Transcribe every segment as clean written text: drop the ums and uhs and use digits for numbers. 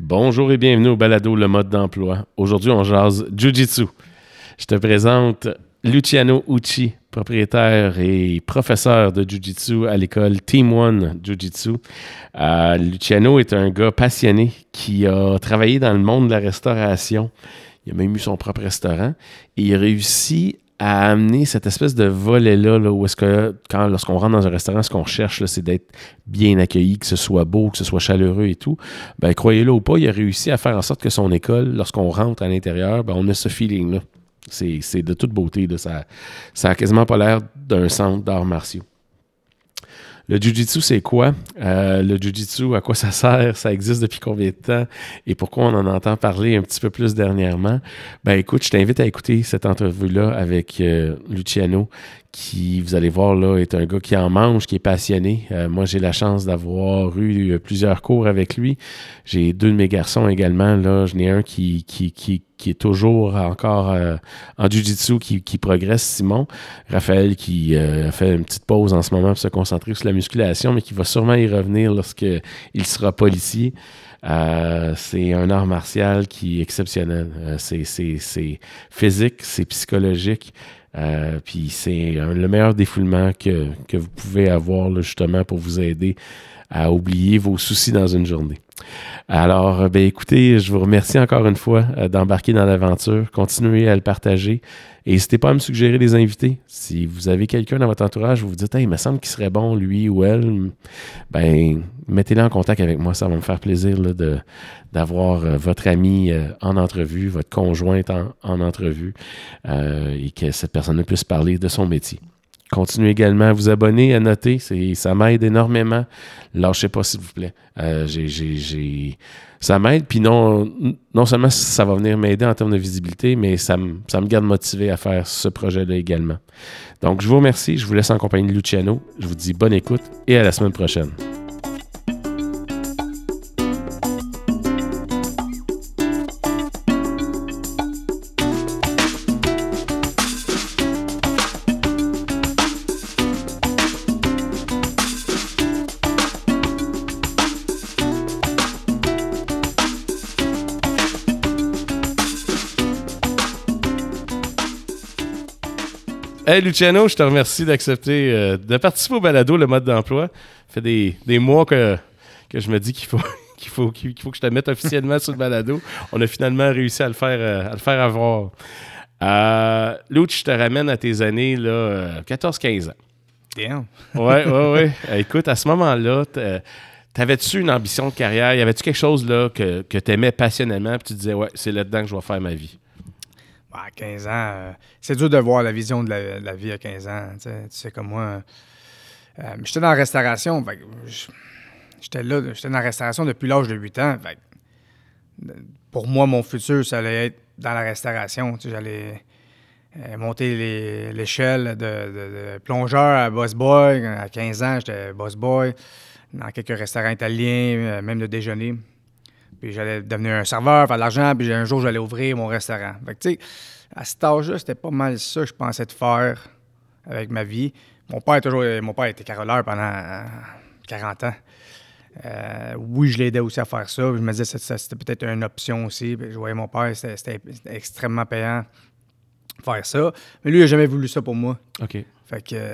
Bonjour et bienvenue au balado Le Mode d'emploi. Aujourd'hui, on jase Jiu-Jitsu. Je te présente Luciano Ucci, propriétaire et professeur de Jiu-Jitsu à l'école Team One Jiu-Jitsu. Luciano est un gars passionné qui a travaillé dans le monde de la restauration. Il a même eu son propre restaurant et il a réussi à amener cette espèce de volet-là où est-ce que, lorsqu'on rentre dans un restaurant, ce qu'on cherche, là, c'est d'être bien accueilli, que ce soit beau, que ce soit chaleureux et tout. Ben, croyez-le ou pas, il a réussi à faire en sorte que son école, lorsqu'on rentre à l'intérieur, ben, on a ce feeling-là. C'est de toute beauté. Là. Ça a quasiment pas l'air d'un centre d'arts martiaux. Le Jiu-Jitsu, c'est quoi? Le Jiu-Jitsu, à quoi ça sert? Ça existe depuis combien de temps? Et pourquoi on en entend parler un petit peu plus dernièrement? Ben écoute, je t'invite à écouter cette entrevue-là avec Luciano, qui, vous allez voir, là, est un gars qui en mange, qui est passionné. Moi, j'ai la chance d'avoir eu plusieurs cours avec lui. J'ai 2 de mes garçons également. Là, j'en ai un qui est toujours encore en jiu-jitsu, qui progresse, Simon. Raphaël qui a fait une petite pause en ce moment pour se concentrer sur la musculation, mais qui va sûrement y revenir lorsqu'il sera policier. C'est un art martial qui est exceptionnel. C'est physique, c'est psychologique. Puis c'est le meilleur défoulement que vous pouvez avoir là, justement pour vous aider à oublier vos soucis dans une journée. Alors, ben écoutez, je vous remercie encore une fois d'embarquer dans l'aventure. Continuez à le partager. Et n'hésitez pas à me suggérer des invités. Si vous avez quelqu'un dans votre entourage, vous vous dites « Hey, il me semble qu'il serait bon, lui ou elle », ben mettez-le en contact avec moi. Ça va me faire plaisir là, d'avoir votre ami en entrevue, votre conjointe en entrevue et que cette personne puisse parler de son métier. Continuez également à vous abonner, à noter, ça m'aide énormément. Lâchez pas, s'il vous plaît. Ça m'aide, puis non seulement ça va venir m'aider en termes de visibilité, mais ça me garde motivé à faire ce projet-là également. Donc, je vous remercie, je vous laisse en compagnie de Luciano. Je vous dis bonne écoute et à la semaine prochaine. Hey Luciano, je te remercie d'accepter de participer au balado, le mode d'emploi. Ça fait des mois que je me dis qu'il faut que je te mette officiellement sur le balado. On a finalement réussi à le faire avoir. Luc, je te ramène à tes années là, 14-15 ans. Damn. Ouais. Écoute, à ce moment-là, t'avais-tu une ambition de carrière? Y avait-tu quelque chose là que t'aimais passionnément et tu te disais, ouais, c'est là-dedans que je vais faire ma vie? À 15 ans, c'est dur de voir la vision de la vie à 15 ans. Tu sais comme moi, j'étais dans la restauration. J'étais dans la restauration depuis l'âge de 8 ans. Pour moi, mon futur, ça allait être dans la restauration. Tu sais, j'allais monter l'échelle de plongeur à boss boy. À 15 ans, j'étais boss boy dans quelques restaurants italiens, même de déjeuner. Puis j'allais devenir un serveur, faire de l'argent, puis un jour, j'allais ouvrir mon restaurant. Fait que, tu sais, à cet âge-là, c'était pas mal ça que je pensais de faire avec ma vie. Mon père était caroleur pendant 40 ans. Oui, je l'aidais aussi à faire ça. Je me disais que c'était peut-être une option aussi. Puis je voyais mon père, c'était extrêmement payant de faire ça. Mais lui, il n'a jamais voulu ça pour moi. OK. Fait que...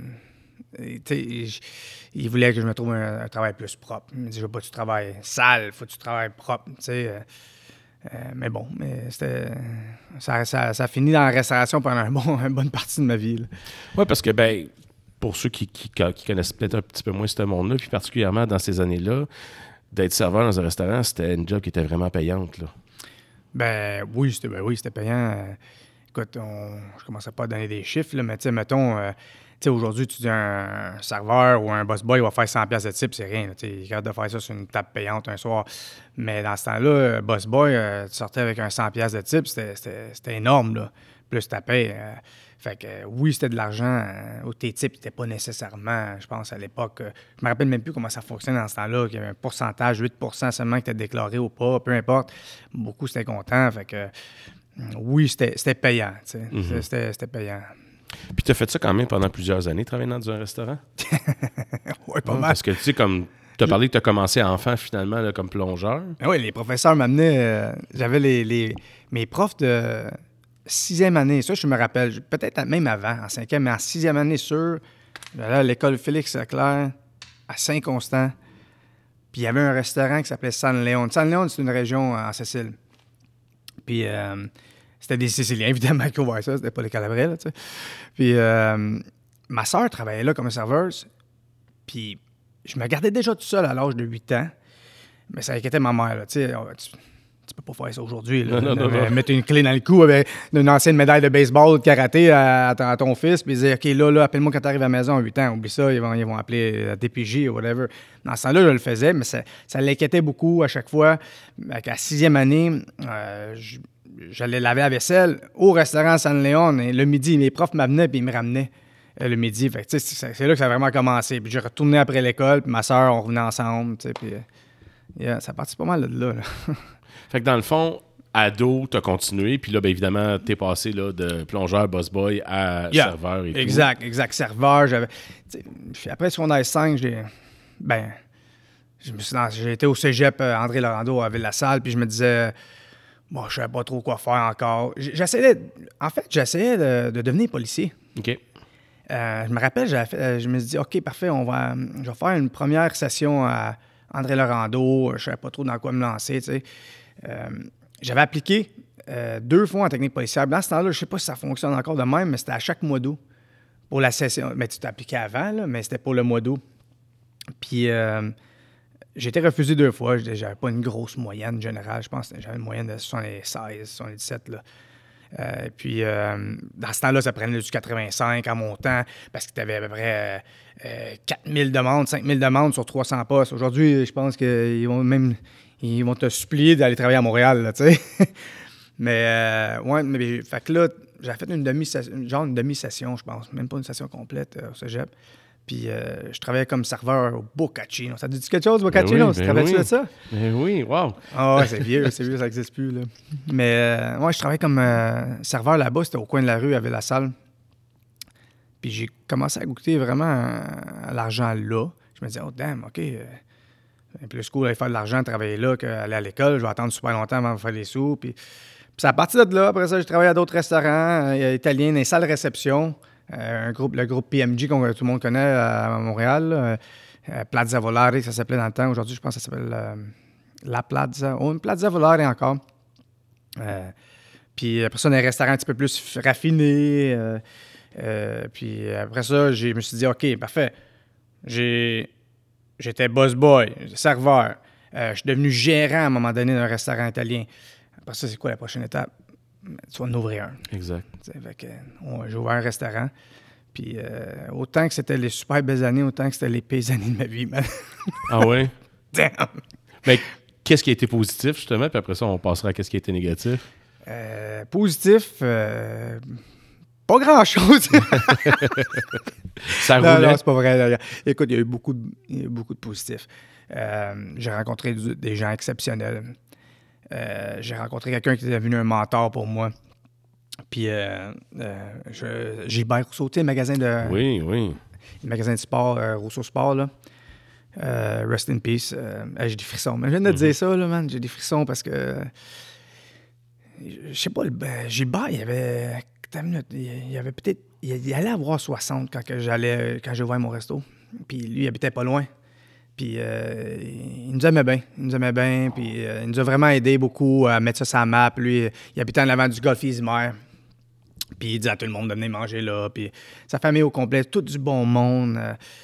il voulait que je me trouve un travail plus propre. Il me dit, je veux pas que tu travailles sale, faut que tu travailles propre. Mais bon, ça a fini dans la restauration pendant une bonne partie de ma vie. Oui, parce que, pour ceux qui connaissent peut-être un petit peu moins ce monde-là, puis particulièrement dans ces années-là, d'être serveur dans un restaurant, c'était une job qui était vraiment payante, là. Oui, c'était payant. Écoute, je commençais pas à donner des chiffres, là, mais tu sais, mettons... aujourd'hui, tu dis un serveur ou un boss boy va faire 100$ de type, c'est rien. Il est capable de faire ça sur une table payante un soir. Mais dans ce temps-là, boss boy, tu sortais avec un 100$ de type, c'était énorme, là. Plus tu payes. Fait que oui, c'était de l'argent. Tes types n'étaient pas nécessairement, je pense, à l'époque. Je me rappelle même plus comment ça fonctionnait dans ce temps-là, qu'il y avait un pourcentage, 8% seulement qui était déclaré ou pas, peu importe. Beaucoup, c'était content. Fait que oui, c'était payant. Mm-hmm. C'était payant. Puis tu as fait ça quand même pendant plusieurs années, travailler dans un restaurant? Oui, pas mal. Parce que tu sais, comme tu as parlé que tu as commencé enfant, finalement, là, comme plongeur. Ben oui, les professeurs m'amenaient... j'avais mes profs de 6e année, ça, je me rappelle, peut-être même avant, en 5e, mais en 6e année, sûr, j'allais à l'école Félix Leclerc, à Saint-Constant, puis il y avait un restaurant qui s'appelait San León. San León, c'est une région en Sicile. Puis c'était des Siciliens, évidemment, qui ont ouvert ça, c'était pas les Calabrais, là, tu sais. Puis ma sœur travaillait là comme serveuse, puis je me gardais déjà tout seul à l'âge de 8 ans, mais ça inquiétait ma mère, là, tu sais. Tu peux pas faire ça aujourd'hui, là. Non. Mettre une clé dans le cou avec une ancienne médaille de baseball, de karaté à ton fils, puis dire, OK, là, appelle-moi quand tu arrives à la maison à 8 ans. Oublie ça, ils vont appeler la DPJ ou whatever. Dans ce temps-là, je le faisais, mais ça l'inquiétait beaucoup à chaque fois. À la 6e année, j'allais laver la vaisselle au restaurant San León, et le midi, les profs m'amenaient puis ils me ramenaient le midi. Fait que, c'est là que ça a vraiment commencé. Puis j'ai retourné après l'école, puis ma soeur, on revenait ensemble, puis ça partit pas mal de là. Fait que dans le fond, ado, t'as continué, puis là, bien évidemment, t'es passé là, de plongeur, boss boy à serveur et tout. Exact, serveur. Après secondaire 5, j'ai été au cégep André Laurando à Ville-la-Salle, puis je me disais, bon, je savais pas trop quoi faire encore. J'essayais de devenir policier. OK. Je me rappelle, je me suis dit, OK, parfait, je vais faire une première session à André Laurando. Je savais pas trop dans quoi me lancer, tu sais. J'avais appliqué 2 fois en technique policière. Dans ce temps-là, je sais pas si ça fonctionne encore de même, mais c'était à chaque mois d'août pour la session. Mais tu t'es appliqué avant, là, mais c'était pour le mois d'août. Puis j'ai été refusé 2 fois. J'avais pas une grosse moyenne générale. Je pense que j'avais une moyenne de 76, 77, là. Puis, dans ce temps-là, ça prenait du 85 en montant parce que tu avais à peu près 4000 demandes, 5000 demandes sur 300 postes. Aujourd'hui, je pense qu'ils vont te supplier d'aller travailler à Montréal, là, tu sais. Mais fait que là, j'ai fait une demi-session, je pense. Même pas une session complète au cégep. Puis je travaillais comme serveur au Boccacino. Ça te dit quelque chose, Boccacino? Ben Tu te rappelles-tu de ça? Ben oui, wow! Ah ouais, c'est vieux, ça n'existe plus, là. Mais je travaillais comme serveur là-bas, c'était au coin de la rue, à Ville-la-Salle. Puis j'ai commencé à goûter vraiment à l'argent là. Je me disais, oh damn, OK. Plus cool d'aller faire de l'argent, travailler là, qu'aller à l'école. Je vais attendre super longtemps avant de faire les sous. Puis c'est à partir de là, après ça, j'ai travaillé à d'autres restaurants italiens, dans les salles de réception. Le groupe PMG, que tout le monde connaît à Montréal. Plaza Volare, ça s'appelait dans le temps. Aujourd'hui, je pense que ça s'appelle La Plaza. Oh, une Plaza Volare encore. Puis après ça, dans les restaurants un petit peu plus raffinés. Puis après ça, je me suis dit, OK, parfait. J'étais boss boy, serveur. Je suis devenu gérant à un moment donné d'un restaurant italien. Après ça, c'est quoi la prochaine étape? Tu vas en ouvrir un. Exact. J'ai ouvert un restaurant. Puis autant que c'était les super belles années, autant que c'était les pires années de ma vie, man. Ah ouais? Damn! Mais qu'est-ce qui a été positif, justement? Puis après ça, on passera à qu'est-ce qui a été négatif. Positif, pas grand-chose. Ça roulait? Non, c'est pas vrai. Écoute, il y a eu beaucoup de positifs. J'ai rencontré des gens exceptionnels. J'ai rencontré quelqu'un qui est devenu un mentor pour moi. Puis Gilbert Rousseau, tu sais, magasin de sport, Rousseau Sport, là. Rest in peace. J'ai des frissons. Mais je viens de dire ça, là, man. J'ai des frissons parce que... Je sais pas, Gilbert, il avait peut-être... Il allait avoir 60 quand j'ai ouvert mon resto. Puis lui, il habitait pas loin. Puis il nous aimait bien. Puis il nous a vraiment aidé beaucoup à mettre ça sur la map. Lui, il habitait en avant du Golf Izmir. Puis il disait à tout le monde de venir manger là. Puis sa famille au complet, tout du bon monde.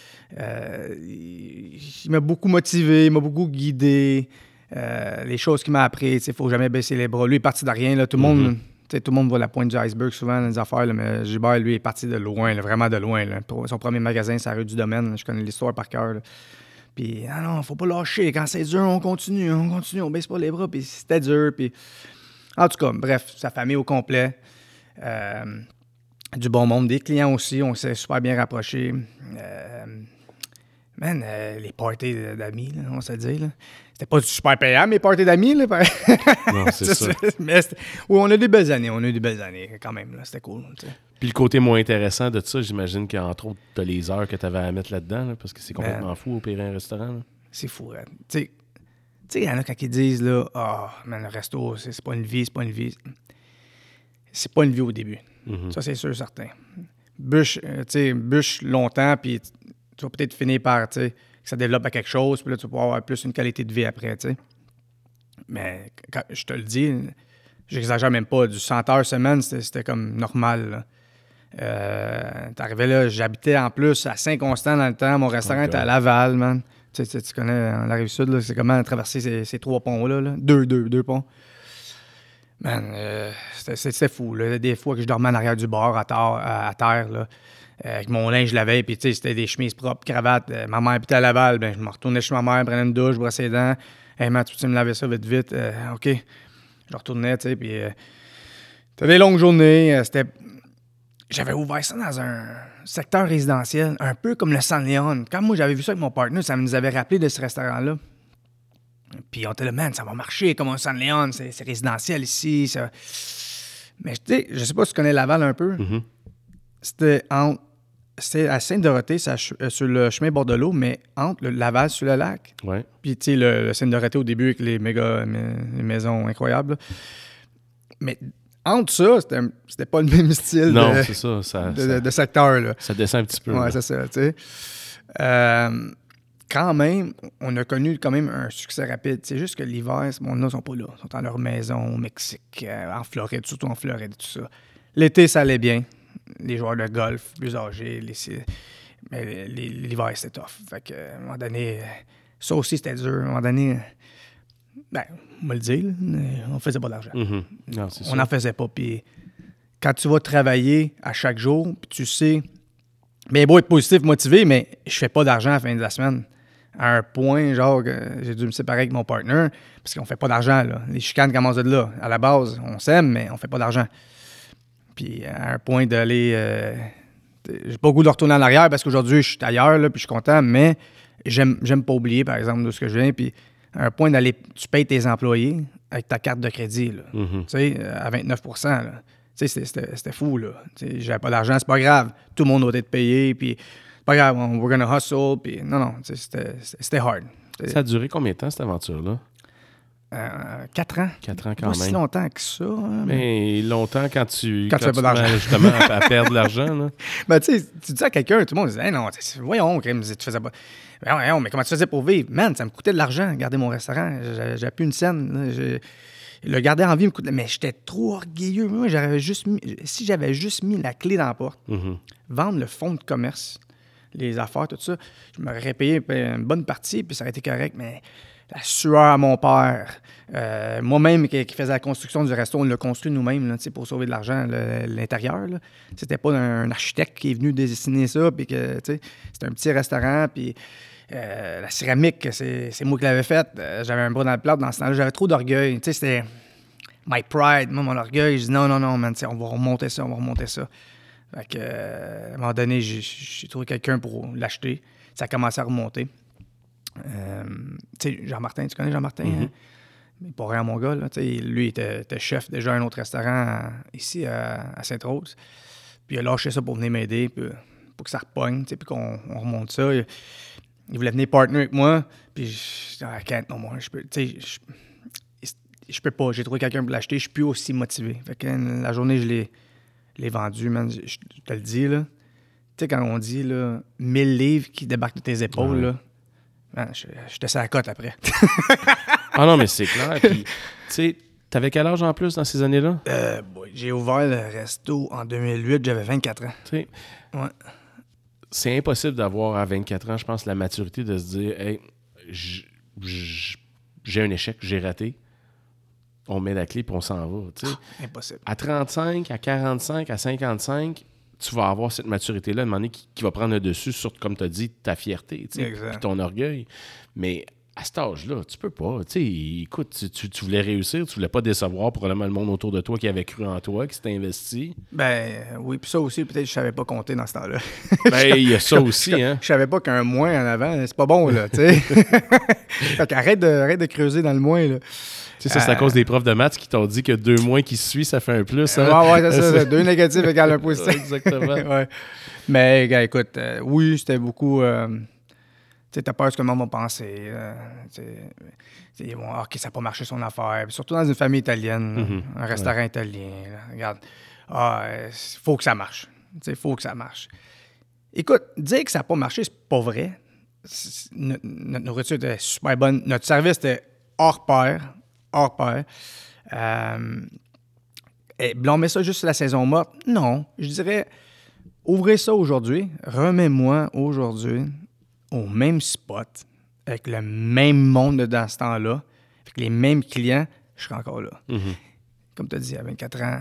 Il m'a beaucoup motivé, il m'a beaucoup guidé. Les choses qu'il m'a appris, il ne faut jamais baisser les bras. Lui, il est parti de rien. Là. Tout le monde voit la pointe du iceberg souvent dans les affaires. Là, mais Gilbert, lui, est parti de loin, là, vraiment de loin. Là. Son premier magasin, c'est la rue du Domaine. Je connais l'histoire par cœur. Là. Puis, non, faut pas lâcher. Quand c'est dur, on continue, on baisse pas les bras. Puis c'était dur. Puis... En tout cas, bref, sa famille au complet. Du bon monde, des clients aussi, on s'est super bien rapprochés. Les parties d'amis, là, on se dit, là. C'était pas super payant, mes parties d'amis. Là. Non, c'est ça. Mais oui, on a eu des belles années quand même. Là. C'était cool. T'sais. Puis le côté moins intéressant de ça, j'imagine qu'entre autres, t'as les heures que t'avais à mettre là-dedans, là, parce que c'est complètement fou opérer un restaurant. Là. C'est fou, hein. Tu sais, il y en a quand ils disent, là, « Ah, man, le resto, c'est pas une vie, c'est pas une vie. » C'est pas une vie au début. Ça, c'est sûr, certain. Bûche longtemps, puis tu vas peut-être finir par, tu sais, que ça développe à quelque chose, puis là, tu vas pouvoir avoir plus une qualité de vie après, tu sais. Mais quand je te le dis, j'exagère même pas, du 100 heures semaine, c'était comme normal, là. T'arrivais là, j'habitais en plus à Saint-Constant dans le temps, mon restaurant était à Laval, man. Tu connais la Rive-Sud, là, c'est comment traverser ces 3 ponts-là, là. Deux ponts. Man, c'était fou, là. Des fois que je dormais en arrière du bar à terre, là, avec mon linge, je l'avais, puis tu sais, c'était des chemises propres, cravates. Ma mère habitait à Laval, ben je me retournais chez ma mère, prenais une douche, brossais les dents. « Hey man, tu peux me laver ça vite? OK. » Je retournais, tu sais, puis c'était des longues journées. J'avais ouvert ça dans un secteur résidentiel, un peu comme le San Leon. Quand moi, j'avais vu ça avec mon partenaire, ça nous avait rappelé de ce restaurant-là. Puis on était là, man, ça va marcher comme un San Leon, c'est résidentiel ici. Ça... Mais tu sais, je sais pas si tu connais Laval un peu. C'était à Sainte-Dorothée, sur le chemin Bordelot, mais entre le Laval sur le lac. Ouais. Puis tu sais, le Sainte-Dorothée au début avec les maisons incroyables. Là. Mais entre ça, c'était pas le même style de secteur. Là. Ça descend un petit peu. Ouais, c'est ça, tu sais. Quand même, on a connu quand même un succès rapide. C'est juste que l'hiver, ces monde-là sont pas là. Ils sont dans leur maison au Mexique, en Floride, surtout en Floride, tout ça. L'été, ça allait bien. Les joueurs de golf plus âgés, mais l'hiver, c'était tough. Fait que, à un moment donné, ça aussi, c'était dur. À un moment donné, ben, on va le dire, on faisait pas d'argent. Non, c'est on n'en faisait pas. Puis quand tu vas travailler à chaque jour, puis tu sais, bien beau être positif, motivé, mais je fais pas d'argent à la fin de la semaine. À un point, genre, j'ai dû me séparer avec mon partner parce qu'on fait pas d'argent, là. Les chicanes commencent de là. À la base, on s'aime, mais on fait pas d'argent. Puis à un point d'aller... j'ai pas le goût de retourner en arrière parce qu'aujourd'hui, je suis ailleurs, là, puis je suis content, mais j'aime pas oublier, par exemple, de ce que je viens. Puis à un point d'aller... Tu payes tes employés avec ta carte de crédit, là. Tu sais, à 29 %, là. Tu sais, c'était fou, là. Tu sais, j'avais pas d'argent, c'est pas grave. Tout le monde doit être payé, puis c'est pas grave, we're gonna hustle, puis non, c'était hard. Ça a duré combien de temps, cette aventure-là? 4 ans. 4 ans quand pas même. Si longtemps que ça. Hein, mais longtemps quand tu fais pas d'argent. Justement à perdre de l'argent. Là. Ben, tu sais, tu dis à quelqu'un, tout le monde dit hey, non, voyons, tu faisais pas. Mais comment tu faisais pour vivre? Man, ça me coûtait de l'argent, garder mon restaurant. J'avais plus une scène. Le garder en vie me coûtait. Mais j'étais trop orgueilleux. Moi, si j'avais juste mis la clé dans la porte, vendre le fonds de commerce, les affaires, tout ça, je m'aurais payé une bonne partie, puis ça aurait été correct, mais. La sueur à mon père. Moi-même qui faisais la construction du resto, on l'a construit nous-mêmes là, pour sauver de l'argent, l'intérieur. Là. C'était pas un architecte qui est venu dessiner ça. Puis que, c'était un petit restaurant. Puis la céramique, c'est moi qui l'avais faite. J'avais un bras dans le plat dans ce temps-là. J'avais trop d'orgueil. C'était my pride, moi, mon orgueil. Je dis non, man, on va remonter ça. Fait que, à un moment donné, j'ai trouvé quelqu'un pour l'acheter. Ça a commencé à remonter. Tu sais, Jean-Martin, tu connais Jean-Martin? Hein? Il pas rien à mon gars, là. Lui, il était chef déjà à un autre restaurant ici à Sainte-Rose. Puis il a lâché ça pour venir m'aider, puis, pour que ça repogne, puis qu'on remonte ça. Il voulait venir partner avec moi, puis je dis, I can't no more. Je peux pas. J'ai trouvé quelqu'un pour l'acheter, je suis plus aussi motivé. Fait que la journée, je l'ai vendu, man. Je te le dis, là. Tu sais, quand on dit, là, 1000 livres qui débarquent de tes épaules, là. Man, j'étais sur la cote après. Ah non, mais c'est clair. Puis, tu sais, t'avais quel âge en plus dans ces années-là? J'ai ouvert le resto en 2008, j'avais 24 ans. Tu sais, ouais. C'est impossible d'avoir à 24 ans, je pense, la maturité de se dire, hey, j'ai un échec, j'ai raté. On met la clé puis on s'en va. Tu sais. Impossible. À 35, à 45, à 55, tu vas avoir cette maturité-là, à un moment donné, qui va prendre le dessus sur, comme tu as dit, ta fierté, puis ton orgueil. Mais à cet âge-là, tu peux pas. Écoute, tu voulais réussir, tu voulais pas décevoir probablement le monde autour de toi qui avait cru en toi, qui s'était investi. Ben oui, puis ça aussi, peut-être je savais pas compter dans ce temps-là. Ben, il y a ça aussi, hein. Je savais pas qu'un moins en avant, c'est pas bon, là, tu sais. Fait qu'arrête de creuser dans le moins, là. Tu sais, ça, c'est à cause des profs de maths qui t'ont dit que 2 moins qui se suivent, ça fait un plus. Hein? Ouais, c'est ça. 2 négatifs égale 1 positif. Exactement. ouais. Mais, gars, écoute, oui, c'était beaucoup... tu Tu as peur de ce que le monde va penser. OK, ça n'a pas marché son affaire. Puis surtout dans une famille italienne, un restaurant italien. Là, regarde, il faut que ça marche. Il faut que ça marche. Écoute, dire que ça n'a pas marché, c'est pas vrai. Notre nourriture était super bonne. Notre service était hors pair. Hors pair. Blâmer ça juste sur la saison morte? Non. Je dirais, ouvrez ça aujourd'hui. Remets-moi aujourd'hui au même spot, avec le même monde dans ce temps-là, avec les mêmes clients, je serai encore là. Comme tu as dit, à 24 ans,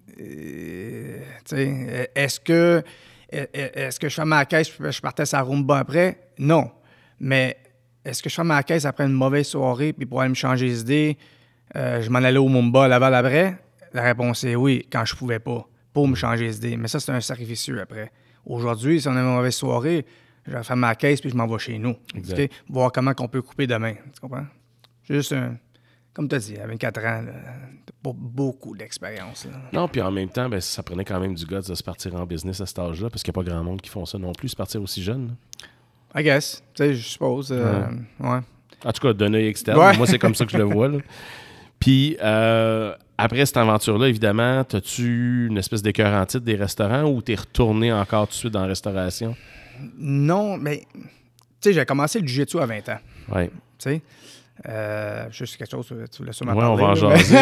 est-ce que je fermais la caisse et je partais sa Roomba après? Non. Mais est-ce que je fermais la caisse après une mauvaise soirée puis pour aller me changer les idées, je m'en allais au Mumba à Laval après? La réponse est oui, quand je pouvais pas, pour me changer les idées. Mais ça, c'est un sacrifice après. Aujourd'hui, si on a une mauvaise soirée, je vais faire ma caisse puis je m'en vais chez nous. Okay? Voir comment on peut couper demain. Tu comprends? Juste comme tu as dit, à 24 ans, t'as pas beaucoup d'expérience. Là. Non, puis en même temps, ça prenait quand même du guts de se partir en business à cet âge-là, parce qu'il n'y a pas grand monde qui font ça non plus, se partir aussi jeune. I guess. Tu sais, je suppose. Ouais. En tout cas, d'un œil externe. Moi, c'est comme ça que je le vois. Là. Puis, après cette aventure-là, évidemment, as-tu une espèce d'écœur en titre des restaurants ou t'es retourné encore tout de suite dans la restauration? Non, mais tu sais, j'ai commencé le jiu-jitsu à 20 ans. Oui. Tu sais, juste quelque chose, tu voulais sûrement parler. Oui, on va en jaser,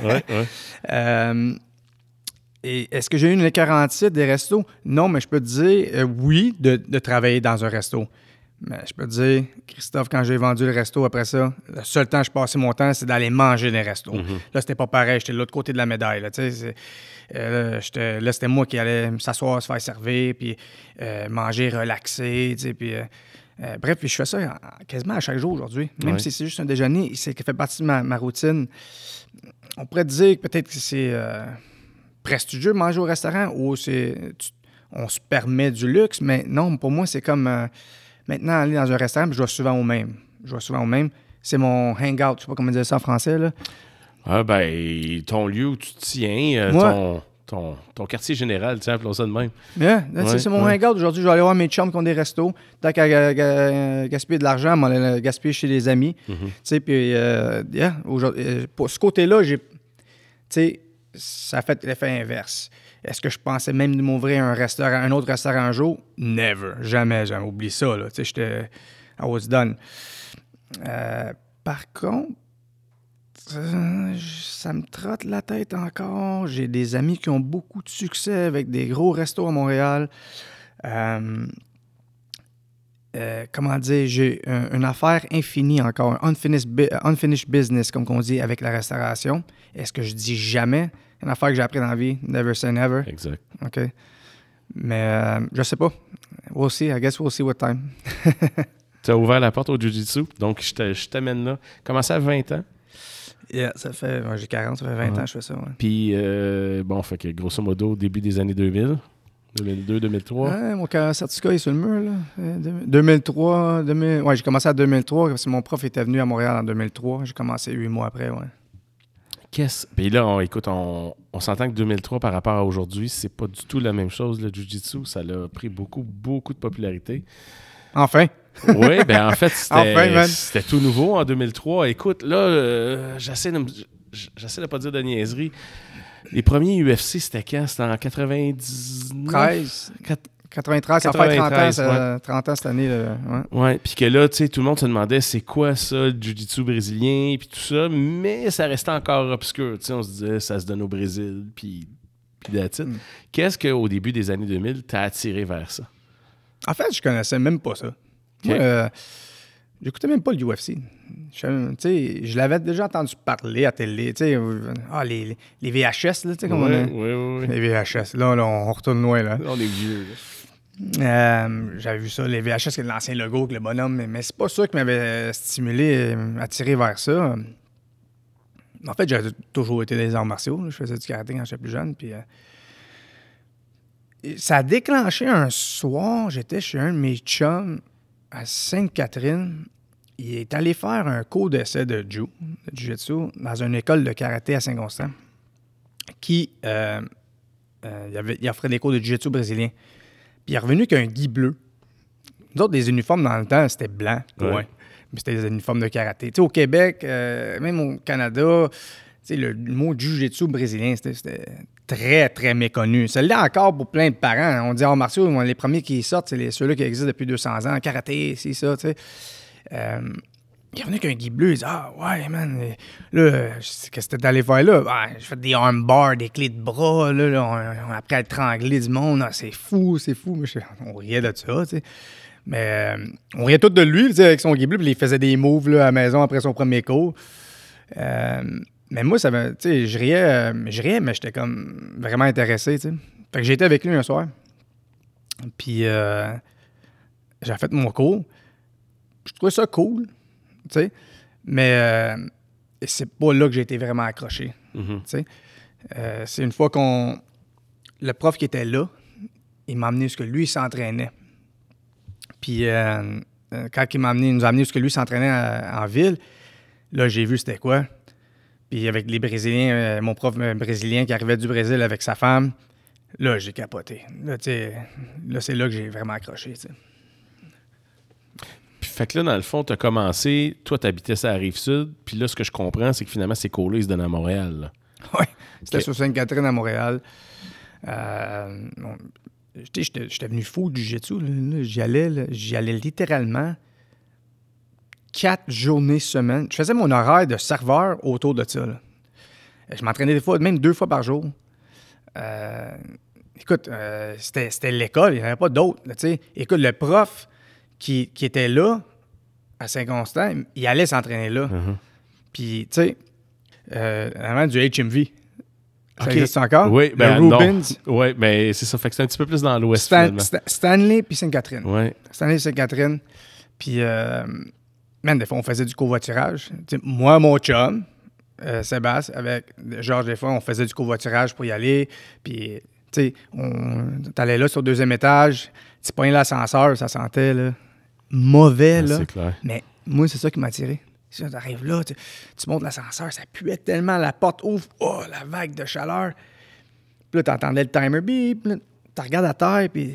oui. Et est-ce que j'ai eu une écœur en titre des restos? Non, mais je peux te dire, oui, de travailler dans un resto. Mais je peux te dire, Christophe, quand j'ai vendu le resto après ça, le seul temps que je passais mon temps, c'est d'aller manger dans les restos. Là, c'était pas pareil. J'étais de l'autre côté de la médaille. Là, là, c'était moi qui allais s'asseoir, se faire servir, puis manger, relaxer. Puis, bref, puis je fais ça quasiment à chaque jour aujourd'hui. Même si c'est juste un déjeuner, ça fait partie de ma routine. On pourrait dire que peut-être que c'est prestigieux de manger au restaurant ou on se permet du luxe, mais non, pour moi, c'est comme... Maintenant, aller dans un restaurant, je vais souvent au même. C'est mon hangout. Je sais pas comment dire ça en français, là. Ah, ton lieu où tu tiens, ton quartier général, tiens, appelons ça de même. C'est mon hangout. Aujourd'hui, je vais aller voir mes chums qui ont des restos. Tant qu'à gaspiller de l'argent, je vais aller gaspiller chez des amis. Tu sais, puis, pour ce côté-là, ça a fait l'effet inverse. Est-ce que je pensais même de m'ouvrir un autre restaurant un jour? Never. Jamais. Oublie ça, là. Tu sais, I was done. Par contre, ça me trotte la tête encore. J'ai des amis qui ont beaucoup de succès avec des gros restos à Montréal. Comment dire? J'ai une affaire infinie encore. Un unfinished business, comme on dit, avec la restauration. Est-ce que je dis jamais? Une affaire que j'ai appris dans la vie. Never say never. Exact. OK. Mais je sais pas. We'll see. I guess we'll see what time. Tu as ouvert la porte au Jiu-Jitsu, donc je t'amène là. Commencé à 20 ans? Yeah, j'ai 40, ça fait 20 ans que je fais ça. Ouais. Puis, fait que grosso modo, début des années 2000, 2002, 2003. Ouais, mon certificat est sur le mur, là. 2003, ouais, j'ai commencé en 2003, parce que mon prof était venu à Montréal en 2003. J'ai commencé 8 mois après, ouais. Puis là, on s'entend que 2003 par rapport à aujourd'hui, c'est pas du tout la même chose, le Jiu-Jitsu. Ça a pris beaucoup, beaucoup de popularité. Enfin! Oui, en fait, c'était tout nouveau en 2003. Écoute, là, j'essaie de pas dire de niaiserie. Les premiers UFC, c'était quand? C'était en 93? 93, ça fait 30 ans cette année. Ouais, puis que là, tu sais, tout le monde se demandait c'est quoi ça, le jiu-jitsu brésilien, puis tout ça, mais ça restait encore obscur. Tu sais, on se disait ça se donne au Brésil, puis that's it. Qu'est-ce qu'au début des années 2000 t'as attiré vers ça? En fait, je connaissais même pas ça. Okay. Moi, j'écoutais même pas le UFC. Je l'avais déjà entendu parler à télé. Les VHS, là, comme on est. Oui. Les VHS. Là, on retourne loin. Là. On est vieux. J'avais vu ça, les VHS, c'est l'ancien logo avec le bonhomme, mais c'est pas ça qui m'avait stimulé, attiré vers ça. En fait, j'ai toujours été des arts martiaux. Je faisais du karaté quand j'étais plus jeune. Puis, ça a déclenché un soir, j'étais chez un de mes chums à Sainte-Catherine. Il est allé faire un cours d'essai de jiu-jitsu, dans une école de karaté à Saint-Constant, qui il offrait des cours de jiu-jitsu brésilien. Puis il est revenu qu'un gui bleu. Nous autres, les uniformes dans le temps, c'était blanc. Ouais. Mais c'était des uniformes de karaté. Tu sais, au Québec, même au Canada, tu sais, le mot jiu-jitsu brésilien, c'était très, très méconnu. Ça l'est encore pour plein de parents. On dit arts martiaux, les premiers qui sortent, c'est ceux-là qui existent depuis 200 ans. Karaté, c'est ça, tu sais. Il revenait qu'un Guy Bleu, il dit « Ah, ouais, man, là, qu'est-ce que c'était allé faire là? Ah, j'ai fait des armbars, des clés de bras, là on a appris à étrangler du monde. Ah, c'est fou. » Mais on riait de ça, tu sais. Mais on riait tout de lui, tu sais, avec son Guy Bleu, puis il faisait des moves là, à la maison après son premier cours. Mais moi, ça tu sais, je riais, mais j'étais comme vraiment intéressé, tu sais. Fait que j'ai été avec lui un soir. Puis j'ai fait mon cours. Je trouvais ça cool. Tu sais, mais c'est pas là que j'ai été vraiment accroché. Tu sais. C'est une fois le prof qui était là, il m'a amené ce que lui s'entraînait. Puis quand il nous a amené ce que lui s'entraînait en ville, là, j'ai vu c'était quoi. Puis avec les Brésiliens, mon prof brésilien qui arrivait du Brésil avec sa femme, là, j'ai capoté. Là, tu sais, là, c'est là que j'ai vraiment accroché, tu sais. Fait que là, dans le fond, tu as commencé, toi, tu habitais sur la Rive-Sud, puis là, ce que je comprends, c'est que finalement, ces cours-là, ils se donnent à Montréal. Oui, c'était sur Sainte-Catherine à Montréal. J'étais venu fou du jiu-jitsu. J'y allais littéralement 4 journées semaine. Je faisais mon horaire de serveur autour de ça. Là. Je m'entraînais des fois, même 2 fois par jour. Écoute, c'était l'école, il n'y en avait pas d'autres. Là, écoute, le prof qui était là, à Saint-Constant, il allait s'entraîner là. Puis, tu sais, avant du HMV. Ça existe encore? Oui, le Rubens. Oui, mais c'est ça. Fait que c'est un petit peu plus dans l'ouest, Stanley puis Sainte-Catherine. Oui. Stanley et Sainte-Catherine. Puis, des fois, on faisait du covoiturage. T'sais, moi, mon chum, Sébastien, avec Georges, des fois, on faisait du covoiturage pour y aller. Puis, tu sais, t'allais là sur le 2e étage, tu pognais l'ascenseur, ça sentait, là, mauvais, là. C'est clair. Mais moi, c'est ça qui m'a attiré. Si tu arrives là, tu montes l'ascenseur, ça puait tellement, la porte ouvre, oh, la vague de chaleur. Puis là, t'entendais le timer bip, tu regardes à terre, puis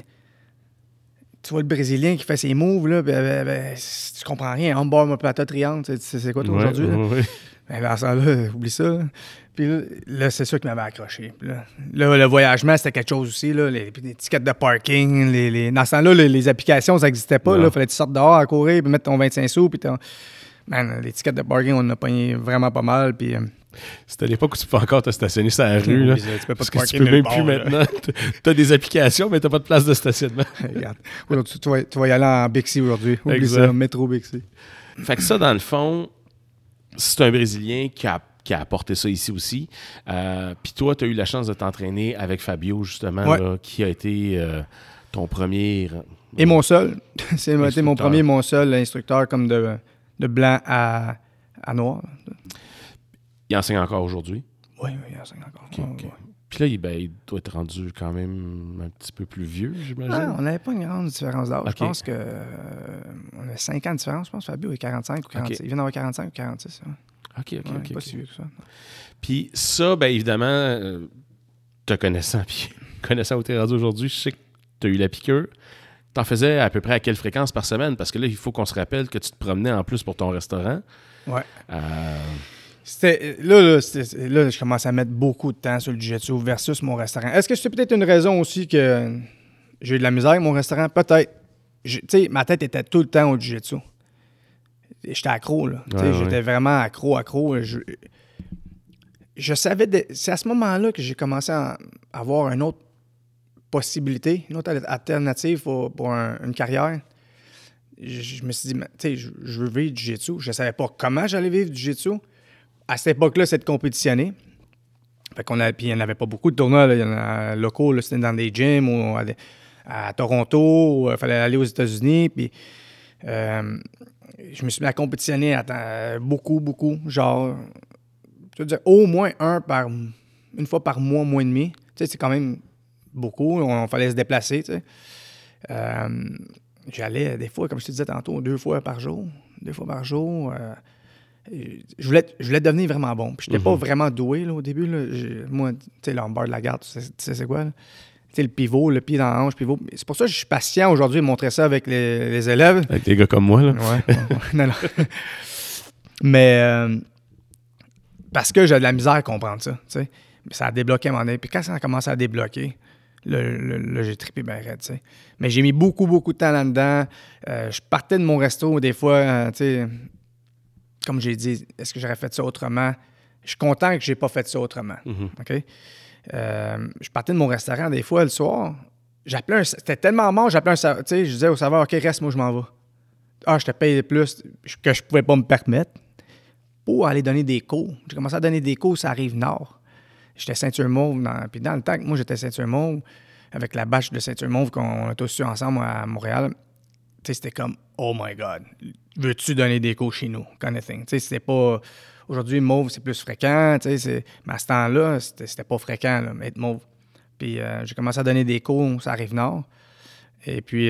tu vois le Brésilien qui fait ses moves, là, tu comprends rien. En bas, mon plateau triangle, c'est quoi toi aujourd'hui? Oui. Ben, dans ce temps-là, oublie ça. Puis là, c'est ça qui m'avait accroché. Puis là, le voyagement, c'était quelque chose aussi. Là, les tickets de parking. Dans ce temps-là, les applications, ça n'existait pas. Il fallait que tu sortes dehors à courir puis mettre ton 25 sous. Puis les tickets de parking, on en a pogné vraiment pas mal. Puis, c'était à l'époque où tu pouvais encore te stationner sur la rue. Là, tu peux pas parce que tu peux même plus maintenant. Tu as des applications, mais tu n'as pas de place de stationnement. Regarde. Tu vas y aller en Bixi aujourd'hui. Oublie ça, métro Bixi. Fait que ça, dans le fond, c'est un Brésilien qui a apporté ça ici aussi. Puis toi, tu as eu la chance de t'entraîner avec Fabio, justement, là, qui a été ton premier... Et mon seul. C'est mon premier, mon seul instructeur comme de blanc à noir. Il enseigne encore aujourd'hui? Oui, il enseigne encore. Okay. Puis là, il doit être rendu quand même un petit peu plus vieux, j'imagine. Ah, on n'avait pas une grande différence d'âge. Je pense qu'on a 5 ans de différence. Je pense que Fabio est 45 ou 46. Il vient d'avoir 45 ou 46. Ouais. OK. Pas si vieux que ça. Puis ça, évidemment, te connaissant, puis connaissant où tu es rendu aujourd'hui, je sais que tu as eu la piqûre. Tu en faisais à peu près à quelle fréquence par semaine? Parce que là, il faut qu'on se rappelle que tu te promenais en plus pour ton restaurant. Ouais. Là, je commence à mettre beaucoup de temps sur le jiu-jitsu versus mon restaurant. Est-ce que c'est peut-être une raison aussi que j'ai eu de la misère avec mon restaurant? Peut-être. Tu sais, ma tête était tout le temps au jiu-jitsu. J'étais accro, là. J'étais vraiment accro. Je savais... C'est à ce moment-là que j'ai commencé à avoir une autre possibilité, une autre alternative pour une carrière. Je me suis dit, tu sais, je veux vivre du jiu-jitsu. Je ne savais pas comment j'allais vivre du jiu-jitsu. À cette époque-là, c'est de compétitionner. Puis il n'y en avait pas beaucoup de tournois. Là. Il y en a locaux, là, c'était dans des gyms ou à Toronto. Il fallait aller aux États-Unis. Puis je me suis mis à compétitionner beaucoup. Genre, je veux dire, au moins une fois par mois, mois et demi. Tu sais, c'est quand même beaucoup. On fallait se déplacer, tu sais. J'allais des fois, comme je te disais tantôt, 2 fois par jour. Je voulais devenir vraiment bon. Puis j'étais pas vraiment doué là, au début. Là. Moi, tu sais, l'embarque de la garde, tu sais c'est quoi? Là? le pivot, le pied dans la hanche, pivot. C'est pour ça que je suis patient aujourd'hui de montrer ça avec les élèves. Avec des gars comme moi, là. Ouais. Non. Mais parce que j'ai de la misère à comprendre ça, tu sais. Mais ça a débloqué à un moment donné. Puis quand ça a commencé à débloquer, là, j'ai trippé bien raide, tu sais. Mais j'ai mis beaucoup, beaucoup de temps là-dedans. Je partais de mon resto, des fois, tu sais, comme j'ai dit, est-ce que j'aurais fait ça autrement? Je suis content que j'ai pas fait ça autrement, OK? Je partais de mon restaurant, des fois, le soir, c'était tellement mort, j'appelais un serveur, tu sais, je disais au serveur, OK, reste, moi, je m'en vais. Ah, je te paye plus que je pouvais pas me permettre pour aller donner des cours. J'ai commencé à donner des cours, ça arrive nord. J'étais ceinture mauve. Puis dans le temps que moi, j'étais ceinture mauve, avec la bâche de ceinture mauve qu'on a tous su ensemble à Montréal, tu sais, c'était comme, oh my God, veux-tu donner des cours chez nous? Kind of thing. Tu sais, c'était pas... Aujourd'hui, mauve, c'est plus fréquent, tu sais, mais à ce temps-là, c'était pas fréquent, là, être mauve. Puis j'ai commencé à donner des cours, ça arrive nord. Et puis,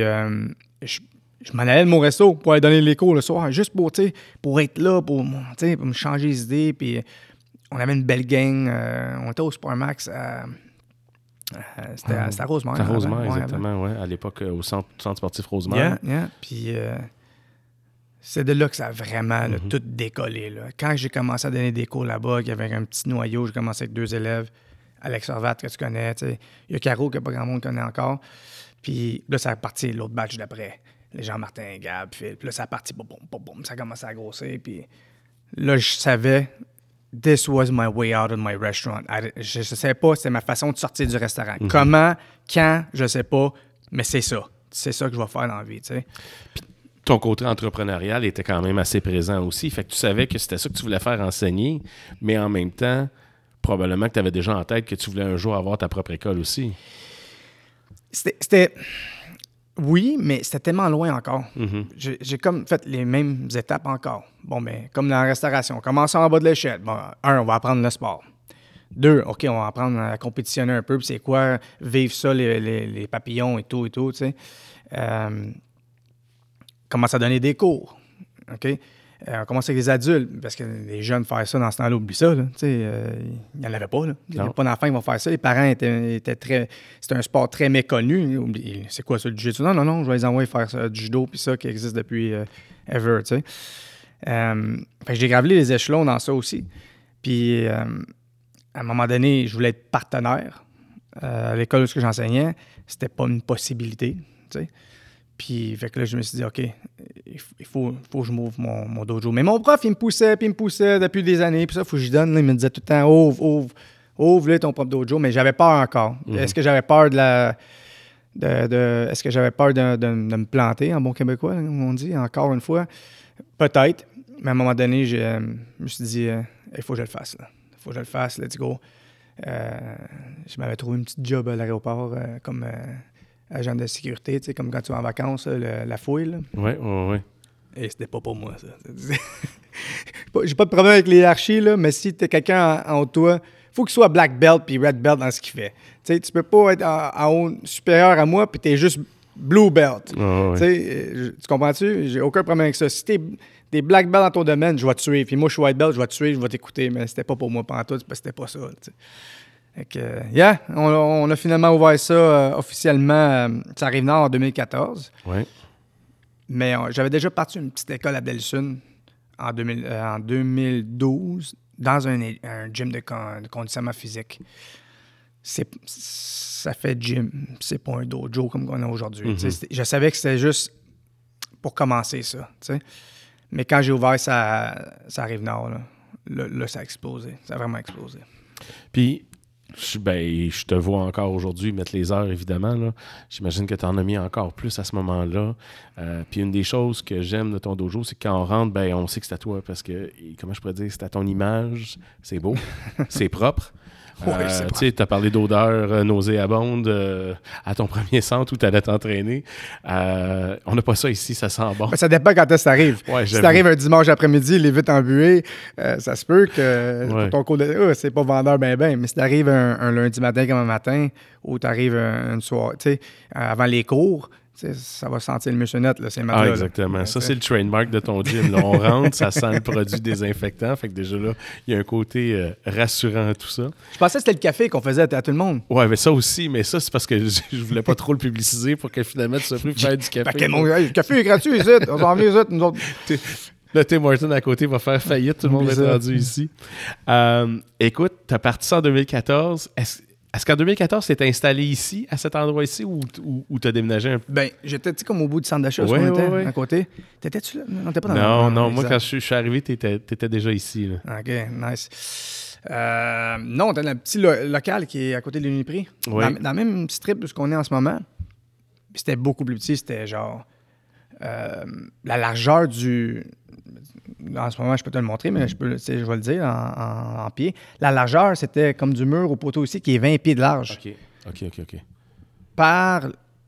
je m'en allais de mon resto pour aller donner les cours le soir, juste pour être là, pour me changer les idées. Puis on avait une belle gang. On était au Supermax. C'était à Rosemère. À Rosemère, exactement, ouais. À l'époque, au centre sportif Rosemère. Yeah. Puis c'est de là que ça a vraiment tout décollé. Là. Quand j'ai commencé à donner des cours là-bas, il y avait un petit noyau, j'ai commencé avec 2 élèves. Alex Horvat, que tu connais. Il y a Caro, que pas grand monde connaît encore. Puis là, ça a parti l'autre batch d'après. Les Jean-Martin, Gab, Phil. Puis là, ça a parti, boum, ça a commencé à grossir. Puis là, je savais, this was my way out of my restaurant. Je ne sais pas, c'est ma façon de sortir du restaurant. Comment, quand, je ne sais pas, mais c'est ça. C'est ça que je vais faire dans la vie, tu sais. Puis ton côté entrepreneurial était quand même assez présent aussi. Fait que tu savais que c'était ça que tu voulais faire, enseigner, mais en même temps, probablement que tu avais déjà en tête que tu voulais un jour avoir ta propre école aussi. C'était... Oui, mais c'était tellement loin encore. J'ai comme fait les mêmes étapes encore. Bon, ben, comme dans la restauration. Commençons en bas de l'échelle. Bon, 1, on va apprendre le sport. 2, OK, on va apprendre à compétitionner un peu. Puis c'est quoi vivre ça, les papillons et tout, tu sais. Commence à donner des cours. OK? On commence avec les adultes, parce que les jeunes faire ça dans ce temps-là, oublie ça. Là. Il n'y en avait pas. Là. Il n'y avait pas d'enfants qui vont faire ça. Les parents étaient très... C'était un sport très méconnu. C'est quoi ça, le jiu-jitsu? Non, je vais les envoyer faire ça, du judo, puis ça, qui existe depuis ever, tu sais. Fait que j'ai gravé les échelons dans ça aussi. Puis, à un moment donné, je voulais être partenaire. À l'école où j'enseignais, c'était pas une possibilité, tu sais. Puis, fait que là, je me suis dit, OK, il faut que je m'ouvre mon dojo. Mais mon prof, il me poussait depuis des années. Puis ça, il faut que je donne. Là, il me disait tout le temps, ouvre là, ton propre dojo. Mais j'avais peur encore. Est-ce que j'avais peur est-ce que j'avais peur de me planter, en bon québécois, comme on dit, encore une fois? Peut-être. Mais à un moment donné, je me suis dit, il faut que je le fasse. Il faut que je le fasse, let's go. Je m'avais trouvé une petite job à l'aéroport comme... agent de sécurité, tu sais, comme quand tu vas en vacances, la fouille. Oui. Et c'était pas pour moi, ça. J'ai pas de problème avec l'hierarchie, là, mais si t'es quelqu'un en haut de toi, faut qu'il soit black belt puis red belt dans ce qu'il fait. Tu sais, tu peux pas être en haut supérieur à moi puis t'es juste blue belt. Tu comprends-tu? J'ai aucun problème avec ça. Si t'es black belt dans ton domaine, je vais te tuer. Puis moi, je suis white belt, je vais te tuer, je vais t'écouter. Mais c'était pas pour moi pantoute, parce que c'était pas ça, tu sais. Fait que, on a finalement ouvert ça officiellement. Ça arrive en 2014. Oui. Mais j'avais déjà parti une petite école à Delsun en 2012 dans un gym de conditionnement physique. Ça fait gym. C'est pas un dojo comme on a aujourd'hui. Je savais que c'était juste pour commencer ça. T'sais. Mais quand j'ai ouvert ça arrive nord, là, ça a explosé. Ça a vraiment explosé. Puis, je te vois encore aujourd'hui mettre les heures, évidemment. Là. J'imagine que tu en as mis encore plus à ce moment-là. Puis une des choses que j'aime de ton dojo, c'est que quand on rentre, on sait que c'est à toi parce que, comment je pourrais dire, c'est à ton image, c'est beau, c'est propre. Oui, c'est tu sais, tu as parlé d'odeur nauséabonde à ton premier centre où tu allais t'entraîner. On n'a pas ça ici, ça sent bon. Ben, ça dépend quand est-ce que ça arrive. Ouais, si ça arrive un dimanche après-midi, les vitres embuées, ça se peut que ton cours de... c'est pas vendeur ben. Mais si t'arrives un lundi matin comme un matin, ou t'arrives une soirée, tu sais, avant les cours, ça va sentir le missionnette, là, ces matelas. Exactement. Là. Ça, c'est le trademark de ton gym. Là. On rentre, ça sent le produit désinfectant. Fait que déjà là, il y a un côté rassurant à tout ça. Je pensais que c'était le café qu'on faisait à tout le monde. Ouais, mais ça aussi. Mais ça, c'est parce que je voulais pas trop le publiciser pour que finalement, tu sois pris faire du café. Le café est gratuit ici. On s'en vient ici, nous autres. Le Tim Hortons à côté va faire faillite. Tout le monde va être rendu ici. Écoute, tu as parti ça en 2014. Est-ce qu'en 2014, tu t'es installé ici, à cet endroit ici, ou tu as déménagé un peu? Ben, j'étais comme au bout du centre d'achat, à côté. T'étais-tu là? Non, t'es pas dans Non, moi, quand je suis arrivé, t'étais déjà ici. Là. OK, nice. Non, t'as un petit local qui est à côté de l'Uniprix. Oui. Dans le même strip de ce qu'on est en ce moment. C'était beaucoup plus petit. C'était genre... la largeur du... En ce moment, je peux te le montrer, mais je vais le dire en pied. La largeur, c'était comme du mur au poteau aussi, qui est 20 pieds de large. OK. Par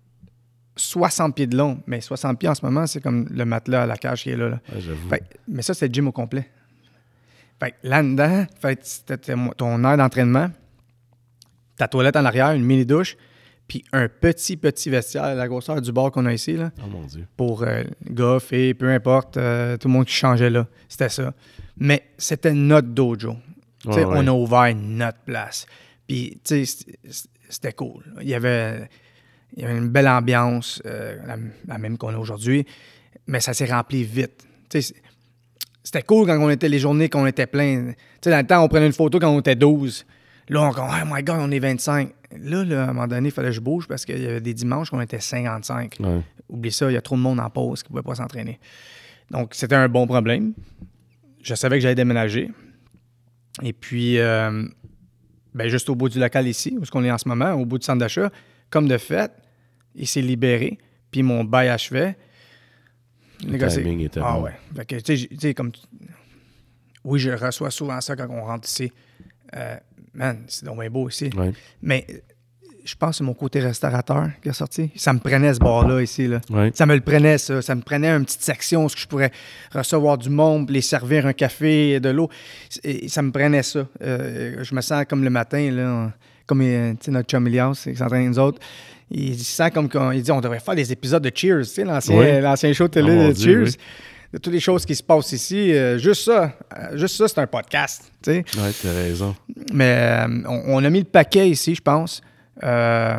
60 pieds de long. Mais 60 pieds en ce moment, c'est comme le matelas à la cage qui est là. Ouais, j'avoue. Mais ça, c'est le gym au complet. Fait que là-dedans, c'était ton aire d'entraînement, ta toilette en arrière, une mini-douche, puis un petit vestiaire, la grosseur du bar qu'on a ici, là, oh mon Dieu. pour gars, filles, peu importe, tout le monde qui changeait là. C'était ça. Mais c'était notre dojo. On a ouvert notre place. Puis, tu sais, c'était cool. Il y avait une belle ambiance, la même qu'on a aujourd'hui, mais ça s'est rempli vite. Tu sais, c'était cool quand on était les journées qu'on était plein. Tu sais, dans le temps, on prenait une photo quand on était 12. Là, on dit, oh my God, on est 25. Là, à un moment donné, il fallait que je bouge parce qu'il y avait des dimanches qu'on était 55. Ouais. Oublie ça, il y a trop de monde en pause qui ne pouvait pas s'entraîner. Donc, c'était un bon problème. Je savais que j'allais déménager. Et puis, juste au bout du local ici, où est-ce qu'on est en ce moment, au bout du centre d'achat, comme de fait, il s'est libéré, puis mon bail achevait. Le timing était bon. Ouais. Fait que, tu sais, comme... Oui, je reçois souvent ça quand on rentre ici. Man, c'est donc bien beau ici. Ouais. Mais je pense que c'est mon côté restaurateur qui est sorti. Ça me prenait ce bar-là ici. Là. Ouais. Ça me le prenait, ça. Ça me prenait une petite section où je pourrais recevoir du monde, les servir un café, de l'eau. Et ça me prenait ça. Je me sens comme le matin, là, comme notre chum Elias qui s'entraîne nous autres. Il sent comme il dit on devrait faire des épisodes de Cheers, tu sais, l'ancien show de télé de Cheers. Oui. De toutes les choses qui se passent ici, juste ça, c'est un podcast, tu sais. Oui, tu as raison. Mais on a mis le paquet ici, je pense, parce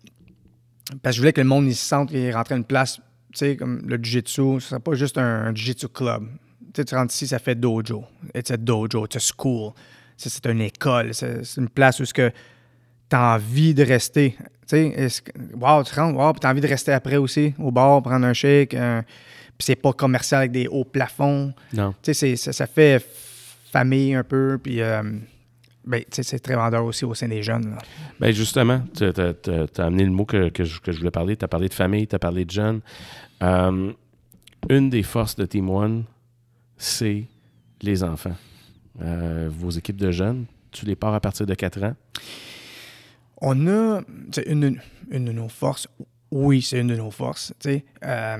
que je voulais que le monde il se sente qu'il est rentré à une place, tu sais, comme le jiu-jitsu, ce ne serait pas juste un jiu-jitsu club. Tu sais, tu rentres ici, ça fait dojo. It's a dojo, it's a school. C'est une école, c'est une place où tu as envie de rester. Tu sais, wow, tu rentres, puis tu as envie de rester après aussi, au bar, prendre un shake, puis c'est pas commercial avec des hauts plafonds. Non. Tu sais, ça fait famille un peu, puis tu sais, c'est très vendeur aussi au sein des jeunes. Là. Bien, justement, tu as amené le mot que je voulais parler. Tu as parlé de famille, tu as parlé de jeunes. Une des forces de Team One, c'est les enfants. Vos équipes de jeunes, tu les pars à partir de 4 ans? On a une de nos forces. Oui, c'est une de nos forces. Tu sais,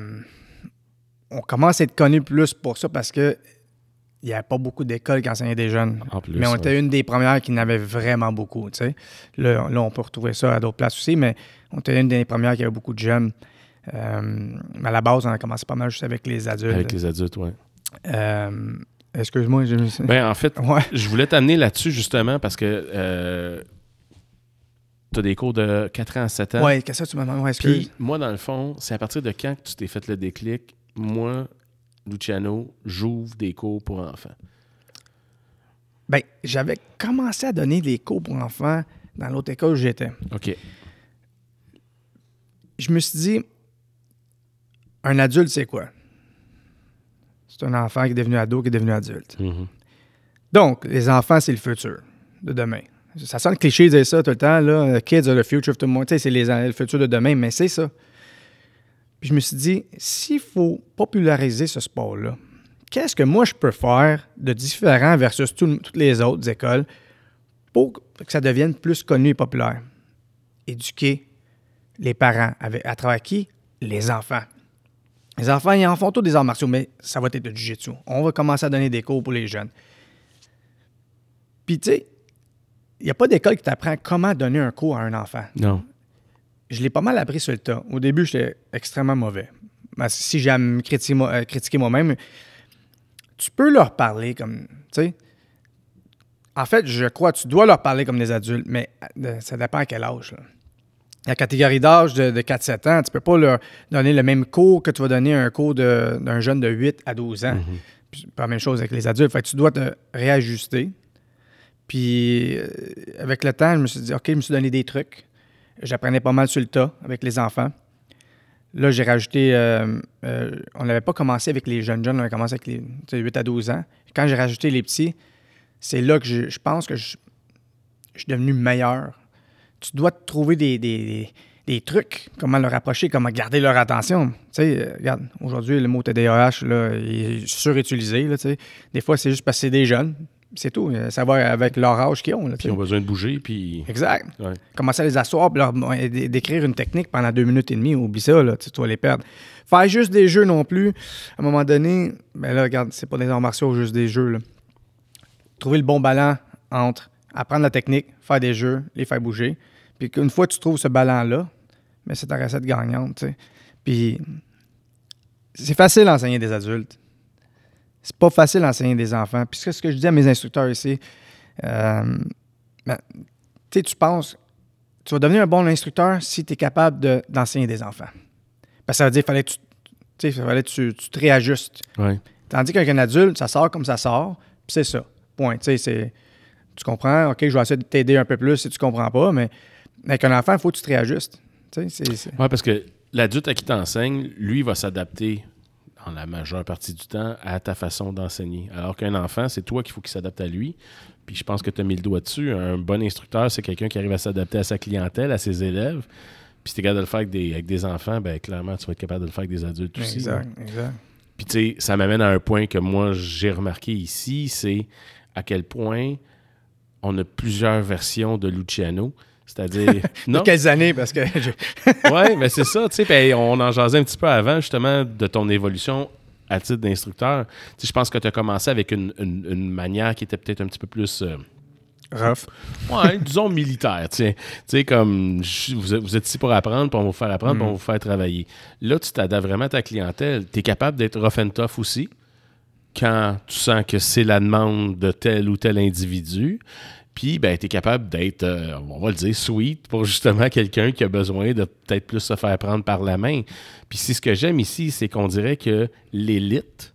on commence à être connu plus pour ça parce que il n'y avait pas beaucoup d'écoles qui enseignaient des jeunes. En plus, mais on était une des premières qui n'avait vraiment beaucoup. Tu sais. Là, on peut retrouver ça à d'autres places aussi, mais on était une des premières qui avait beaucoup de jeunes. À la base, on a commencé pas mal juste avec les adultes. Avec les adultes, oui. Excuse-moi. En fait, je voulais t'amener là-dessus justement parce que tu as des cours de 4 ans à 7 ans. Oui, qu'est-ce que tu m'as demandé? Puis moi, dans le fond, c'est à partir de quand que tu t'es fait le déclic? Moi, Luciano, j'ouvre des cours pour enfants. Bien, j'avais commencé à donner des cours pour enfants dans l'autre école où j'étais. OK. Je me suis dit, un adulte, c'est quoi? C'est un enfant qui est devenu ado, qui est devenu adulte. Mm-hmm. Donc, les enfants, c'est le futur de demain. Ça sonne cliché de dire ça tout le temps, là. Kids are the future of tomorrow. Tu sais, c'est le futur de demain, mais c'est ça. Puis je me suis dit, s'il faut populariser ce sport-là, qu'est-ce que moi je peux faire de différent versus toutes les autres écoles pour que ça devienne plus connu et populaire? Éduquer les parents. À travers qui? Les enfants. Les enfants, ils en font tous des arts martiaux, mais ça va être du jiu-jitsu. On va commencer à donner des cours pour les jeunes. Puis tu sais, il n'y a pas d'école qui t'apprend comment donner un cours à un enfant. Non. je l'ai pas mal appris sur le tas. Au début, j'étais extrêmement mauvais. Parce que si j'aime critiquer moi-même, tu peux leur parler comme, tu sais. En fait, je crois que tu dois leur parler comme des adultes, mais ça dépend à quel âge, là. La catégorie d'âge de 4-7 ans, tu peux pas leur donner le même cours que tu vas donner un cours d'un jeune de 8 à 12 ans. Puis, pas la même chose avec les adultes. Fait que tu dois te réajuster. Puis, avec le temps, je me suis dit, OK, je me suis donné des trucs. J'apprenais pas mal sur le tas avec les enfants. Là, j'ai rajouté... on n'avait pas commencé avec les jeunes, on avait commencé avec les 8 à 12 ans. Quand j'ai rajouté les petits, c'est là que je pense que je suis devenu meilleur. Tu dois te trouver des trucs, comment leur approcher, comment garder leur attention. Tu sais, regarde, aujourd'hui, le mot TDAH, là, il est surutilisé, là, tu sais. Des fois, c'est juste parce que c'est des jeunes. C'est tout. Ça va avec leur âge qu'ils ont. Là, puis ils ont besoin de bouger, puis... Exact. Ouais. Commencer à les asseoir, puis d'écrire une technique pendant 2 minutes et demie, oublie ça, là, tu vas les perdre. Faire juste des jeux non plus, à un moment donné, ben là, regarde, c'est pas des arts martiaux, juste des jeux, là. Trouver le bon ballon entre apprendre la technique, faire des jeux, les faire bouger. Puis qu'une fois que tu trouves ce ballon-là, mais c'est ta recette gagnante, tu sais. Puis c'est facile d'enseigner des adultes. C'est pas facile d'enseigner des enfants. Puis c'est ce que je dis à mes instructeurs ici. Tu sais, tu penses, tu vas devenir un bon instructeur si tu es capable d'enseigner des enfants. Parce que ça veut dire qu'il fallait que tu te réajustes. Ouais. Tandis qu'avec un adulte, ça sort comme ça sort, puis c'est ça. Point. Tu comprends, OK, je vais essayer de t'aider un peu plus si tu comprends pas, mais avec un enfant, il faut que tu te réajustes. Oui, parce que l'adulte à qui t'enseigne, lui, va s'adapter dans la majeure partie du temps à ta façon d'enseigner. Alors qu'un enfant, c'est toi qu'il faut qu'il s'adapte à lui. Puis je pense que tu as mis le doigt dessus. Un bon instructeur, c'est quelqu'un qui arrive à s'adapter à sa clientèle, à ses élèves. Puis si tu es capable de le faire avec des enfants, bien clairement, tu vas être capable de le faire avec des adultes aussi. Exact. Puis tu sais, ça m'amène à un point que moi, j'ai remarqué ici, c'est à quel point on a plusieurs versions de Luciano. C'est-à-dire... De quelles années? Parce que... Oui, mais c'est ça. Tu sais, on en jasait un petit peu avant, justement, de ton évolution à titre d'instructeur. Tu sais, je pense que tu as commencé avec une manière qui était peut-être un petit peu plus... rough. Ouais, disons militaire. Tu sais, comme vous êtes ici pour apprendre, puis on va vous faire apprendre, puis on va vous faire travailler. Là, tu t'adaptes vraiment à ta clientèle. Tu es capable d'être rough and tough aussi quand tu sens que c'est la demande de tel ou tel individu. Puis, ben, tu es capable d'être, on va le dire, sweet pour justement quelqu'un qui a besoin de peut-être plus se faire prendre par la main. Puis, ce que j'aime ici, c'est qu'on dirait que l'élite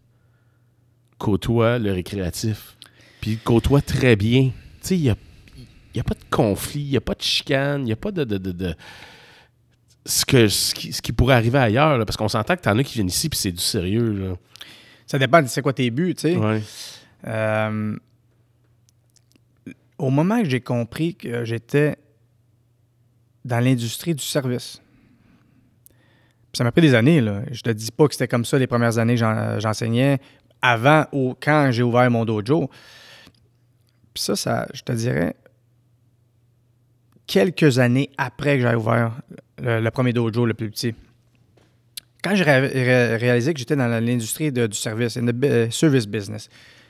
côtoie le récréatif. Puis, côtoie très bien. Tu sais, il n'y a pas de conflit, il n'y a pas de chicane, il n'y a pas de ce qui pourrait arriver ailleurs. Là, parce qu'on s'entend que tu en as qui viennent ici, puis c'est du sérieux. Là. Ça dépend de c'est quoi tes buts, tu sais. Ouais. Au moment que j'ai compris que j'étais dans l'industrie du service, puis ça m'a pris des années, là. Je te dis pas que c'était comme ça les premières années que j'enseignais, avant ou quand j'ai ouvert mon dojo. Puis ça, je te dirais, quelques années après que j'ai ouvert le premier dojo, le plus petit. Quand j'ai réalisé que j'étais dans l'industrie du service, service business,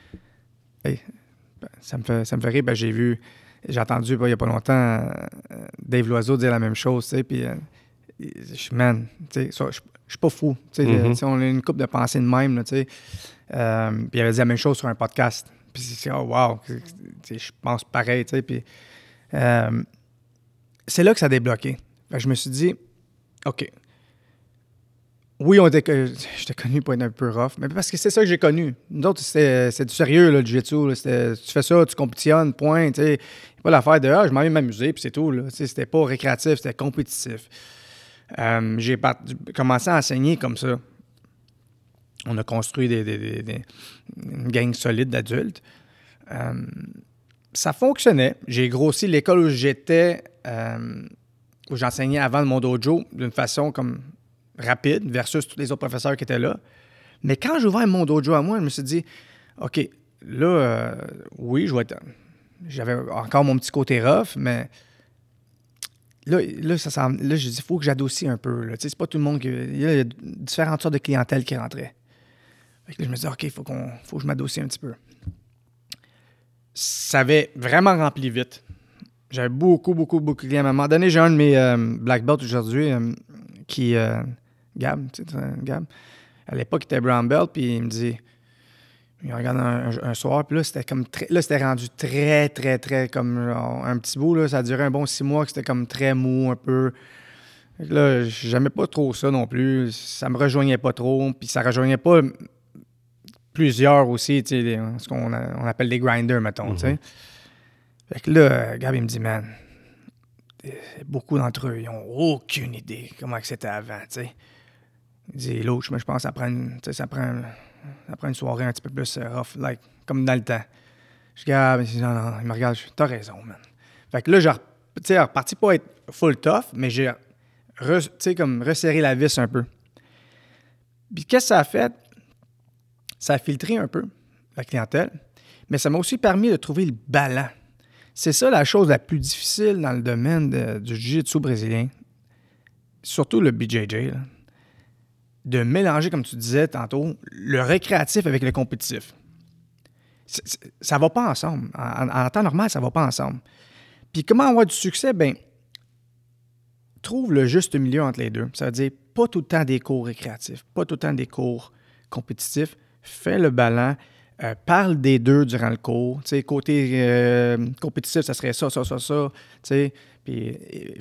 ça me fait rire, j'ai entendu il n'y a pas longtemps Dave Loiseau dire la même chose, tu sais, puis man, tu sais, je suis pas fou, tu sais, on a une couple de pensées de même, tu sais, puis il avait dit la même chose sur un podcast, puis c'est oh wow, je pense pareil, tu sais, puis c'est là que ça a débloqué. Fait que je me suis dit, OK, oui, j'étais connu pour être un peu rough, mais parce que c'est ça que j'ai connu. Nous autres, c'est du sérieux, là, le jiu-jitsu. Tu fais ça, tu compétitionnes, point. Il n'y a pas l'affaire de je m'en vais m'amuser, puis c'est tout. Là. C'était pas récréatif, c'était compétitif. J'ai commencé à enseigner comme ça. On a construit une gang solide d'adultes. Ça fonctionnait. J'ai grossi l'école où j'étais, où j'enseignais avant mon dojo, d'une façon comme rapide versus tous les autres professeurs qui étaient là. Mais quand j'ai ouvert mon dojo à moi, je me suis dit, OK, là, oui, j'avais encore mon petit côté rough, mais là j'ai dit, il faut que j'adoucis un peu. Là. C'est pas tout le monde il y a différentes sortes de clientèle qui rentraient. Fait que là, je me suis dit, OK, il faut que je m'adoucie un petit peu. Ça avait vraiment rempli vite. J'avais beaucoup de clients. À un moment donné, j'ai un de mes black belts aujourd'hui qui... Gab, tu sais, Gab. À l'époque, il était brown belt, puis il me dit... Il regarde un soir, puis là, c'était comme là, c'était rendu très comme un petit bout, là. Ça a duré un bon 6 mois, que c'était comme très mou, un peu. Fait que là, j'aimais pas trop ça non plus. Ça me rejoignait pas trop, puis ça rejoignait pas plusieurs aussi, tu sais, ce qu'on on appelle des grinders, mettons, tu sais. Fait que là, Gab, il me dit, man, beaucoup d'entre eux, ils ont aucune idée comment que c'était avant, tu sais. Il dit, l'autre, je pense que ça prend une soirée un petit peu plus rough, like, comme dans le temps. Je dis, non, il me regarde, t'as raison, man. Fait que là, j'ai reparti pas être full tough, mais j'ai, comme resserré la vis un peu. Puis qu'est-ce que ça a fait? Ça a filtré un peu la clientèle, mais ça m'a aussi permis de trouver le ballon. C'est ça la chose la plus difficile dans le domaine du jiu-jitsu brésilien, surtout le BJJ, là. De mélanger, comme tu disais tantôt, le récréatif avec le compétitif. Ça va pas ensemble. En temps normal, ça va pas ensemble. Puis comment avoir du succès? Bien, trouve le juste milieu entre les deux. Ça veut dire pas tout le temps des cours récréatifs, pas tout le temps des cours compétitifs. Fais le ballon. Parle des deux durant le cours. Tu sais, côté compétitif, ça serait ça. Tu sais, puis,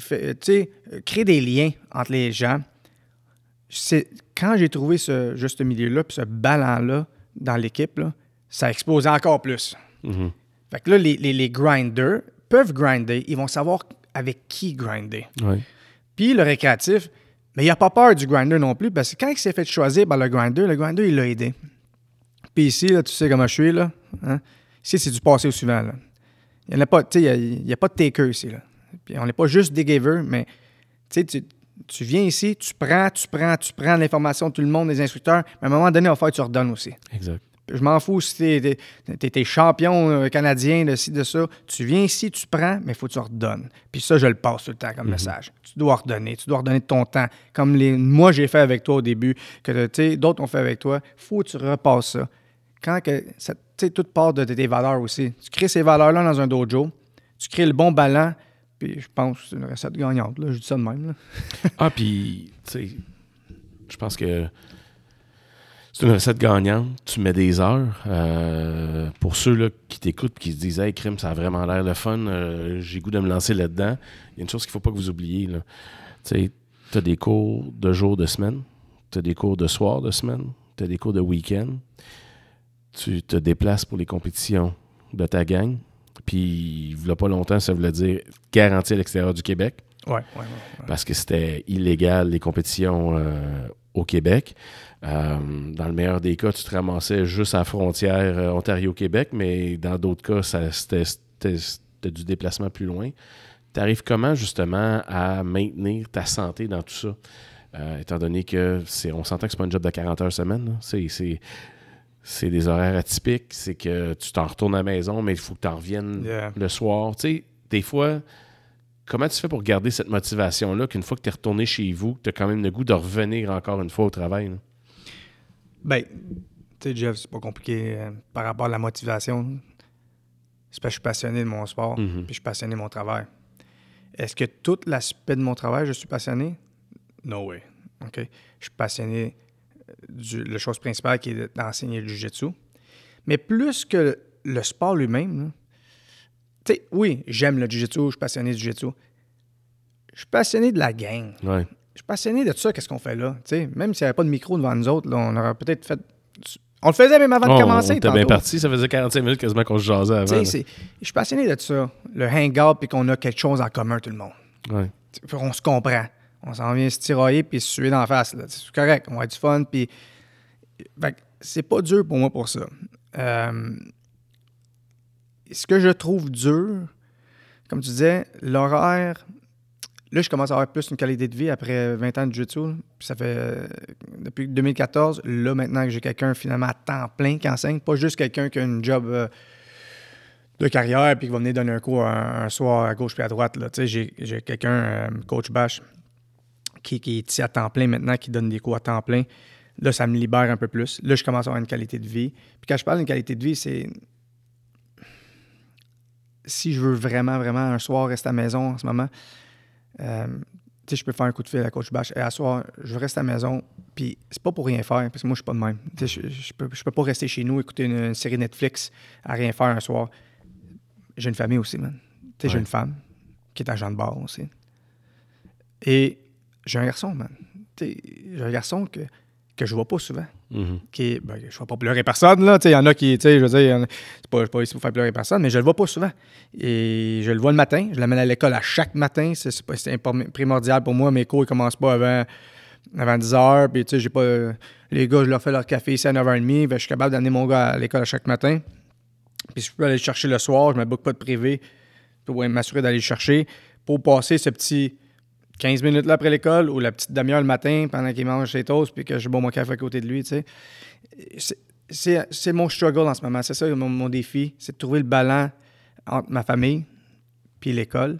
crée des liens entre les gens. Quand j'ai trouvé ce juste milieu-là, puis ce ballon-là dans l'équipe, là, ça a explosé encore plus. Mm-hmm. Fait que là, les grinders peuvent grinder, ils vont savoir avec qui grinder. Ouais. Puis le récréatif, mais il n'a pas peur du grinder non plus, parce que quand il s'est fait choisir par le grinder, il l'a aidé. Puis ici, là, tu sais comment je suis, là. Hein? Ici, c'est du passé au suivant, là. Il n'y a pas, il y a pas de taker ici, là. Puis on n'est pas juste des givers, mais tu viens ici, tu prends l'information de tout le monde, des instructeurs, mais à un moment donné, il va falloir que tu redonnes aussi. Exact. Je m'en fous si t'es champion canadien de ci, de ça. Tu viens ici, tu prends, mais il faut que tu redonnes. Puis ça, je le passe tout le temps comme message. Tu dois redonner de ton temps. Comme moi, j'ai fait avec toi au début, que d'autres ont fait avec toi. Il faut que tu repasses ça. Quand tout part de tes valeurs aussi. Tu crées ces valeurs-là dans un dojo, tu crées le bon ballon, puis je pense que c'est une recette gagnante. Là. Je dis ça de même. Là. Puis, tu sais, je pense que c'est une recette gagnante. Tu mets des heures. Pour ceux là, qui t'écoutent et qui se disent « Hey, crime, ça a vraiment l'air le fun. J'ai goût de me lancer là-dedans. » Il y a une chose qu'il ne faut pas que vous oubliez. Tu sais, tu as des cours de jour, de semaine. Tu as des cours de soir, de semaine. Tu as des cours de week-end. Tu te déplaces pour les compétitions de ta gang. Puis, il n'y a pas longtemps, ça voulait dire garantie à l'extérieur du Québec. Ouais. Parce que c'était illégal, les compétitions au Québec. Dans le meilleur des cas, tu te ramassais juste à la frontière Ontario-Québec, mais dans d'autres cas, c'était du déplacement plus loin. Tu arrives comment, justement, à maintenir ta santé dans tout ça? Étant donné que on s'entend que c'est pas un job de 40 heures semaine. Là. C'est des horaires atypiques. C'est que tu t'en retournes à la maison, mais il faut que tu en reviennes le soir. Tu sais, des fois, comment tu fais pour garder cette motivation-là qu'une fois que tu es retourné chez vous, tu as quand même le goût de revenir encore une fois au travail? Là? Ben, tu sais, Jeff, c'est pas compliqué par rapport à la motivation. C'est parce que je suis passionné de mon sport, puis je suis passionné de mon travail. Est-ce que tout l'aspect de mon travail, je suis passionné? No way. OK? Je suis passionné de la chose principale qui est d'enseigner le jiu-jitsu. Mais plus que le sport lui-même, tu sais, oui, j'aime le jiu-jitsu, je suis passionné du jiu-jitsu. Je suis passionné de la gang. Ouais. Je suis passionné de ça, qu'est-ce qu'on fait là. T'sais, même s'il n'y avait pas de micro devant nous autres, là, on aurait peut-être fait... On le faisait même avant de commencer. On était bien parti, ça faisait 45 minutes quasiment qu'on se jasait avant. Je suis passionné de ça. Le hang-out, puis qu'on a quelque chose en commun, tout le monde. Ouais. On se comprend. On s'en vient se tirailler puis se suer d'en face. Là. C'est correct, on va du fun. Puis... c'est pas dur pour moi pour ça. Ce que je trouve dur, comme tu disais, l'horaire... Là, je commence à avoir plus une qualité de vie après 20 ans de jiu-jitsu. Puis ça fait depuis 2014. Là, maintenant que j'ai quelqu'un finalement à temps plein qui enseigne, pas juste quelqu'un qui a une job de carrière puis qui va venir donner un cours un soir à gauche puis à droite. Là. J'ai quelqu'un, coach Bash, qui est ici à temps plein maintenant, qui donne des cours à temps plein. Là, ça me libère un peu plus. Là, je commence à avoir une qualité de vie. Puis quand je parle d'une qualité de vie, c'est... si je veux vraiment, vraiment un soir rester à la maison en ce moment, je peux faire un coup de fil à Coach Bach. Et à soir, je reste à la maison, puis c'est pas pour rien faire, parce que moi, je suis pas de même. Je peux pas rester chez nous, écouter une série Netflix à rien faire un soir. J'ai une famille aussi, man. J'ai une femme qui est agent de bar aussi. Et j'ai un garçon, man. J'ai un garçon que je vois pas souvent. Je vais pas pleurer personne, là. Il y en a qui, je veux dire, c'est pas ici pour faire pleurer personne, mais je le vois pas souvent. Et je le vois le matin. Je l'amène à l'école à chaque matin. C'est primordial pour moi. Mes cours, ils commencent pas avant 10 heures. Puis, j'ai pas... les gars, je leur fais leur café ici à 9h30. Je suis capable d'amener mon gars à l'école à chaque matin. Puis, je peux aller le chercher le soir. Je me boucle pas de privé pour m'assurer d'aller le chercher pour passer ce petit 15 minutes là après l'école ou la petite demi-heure le matin pendant qu'il mange ses toasts puis que je bois mon café à côté de lui, tu sais. C'est mon struggle en ce moment. C'est ça mon défi. C'est de trouver le balance entre ma famille puis l'école.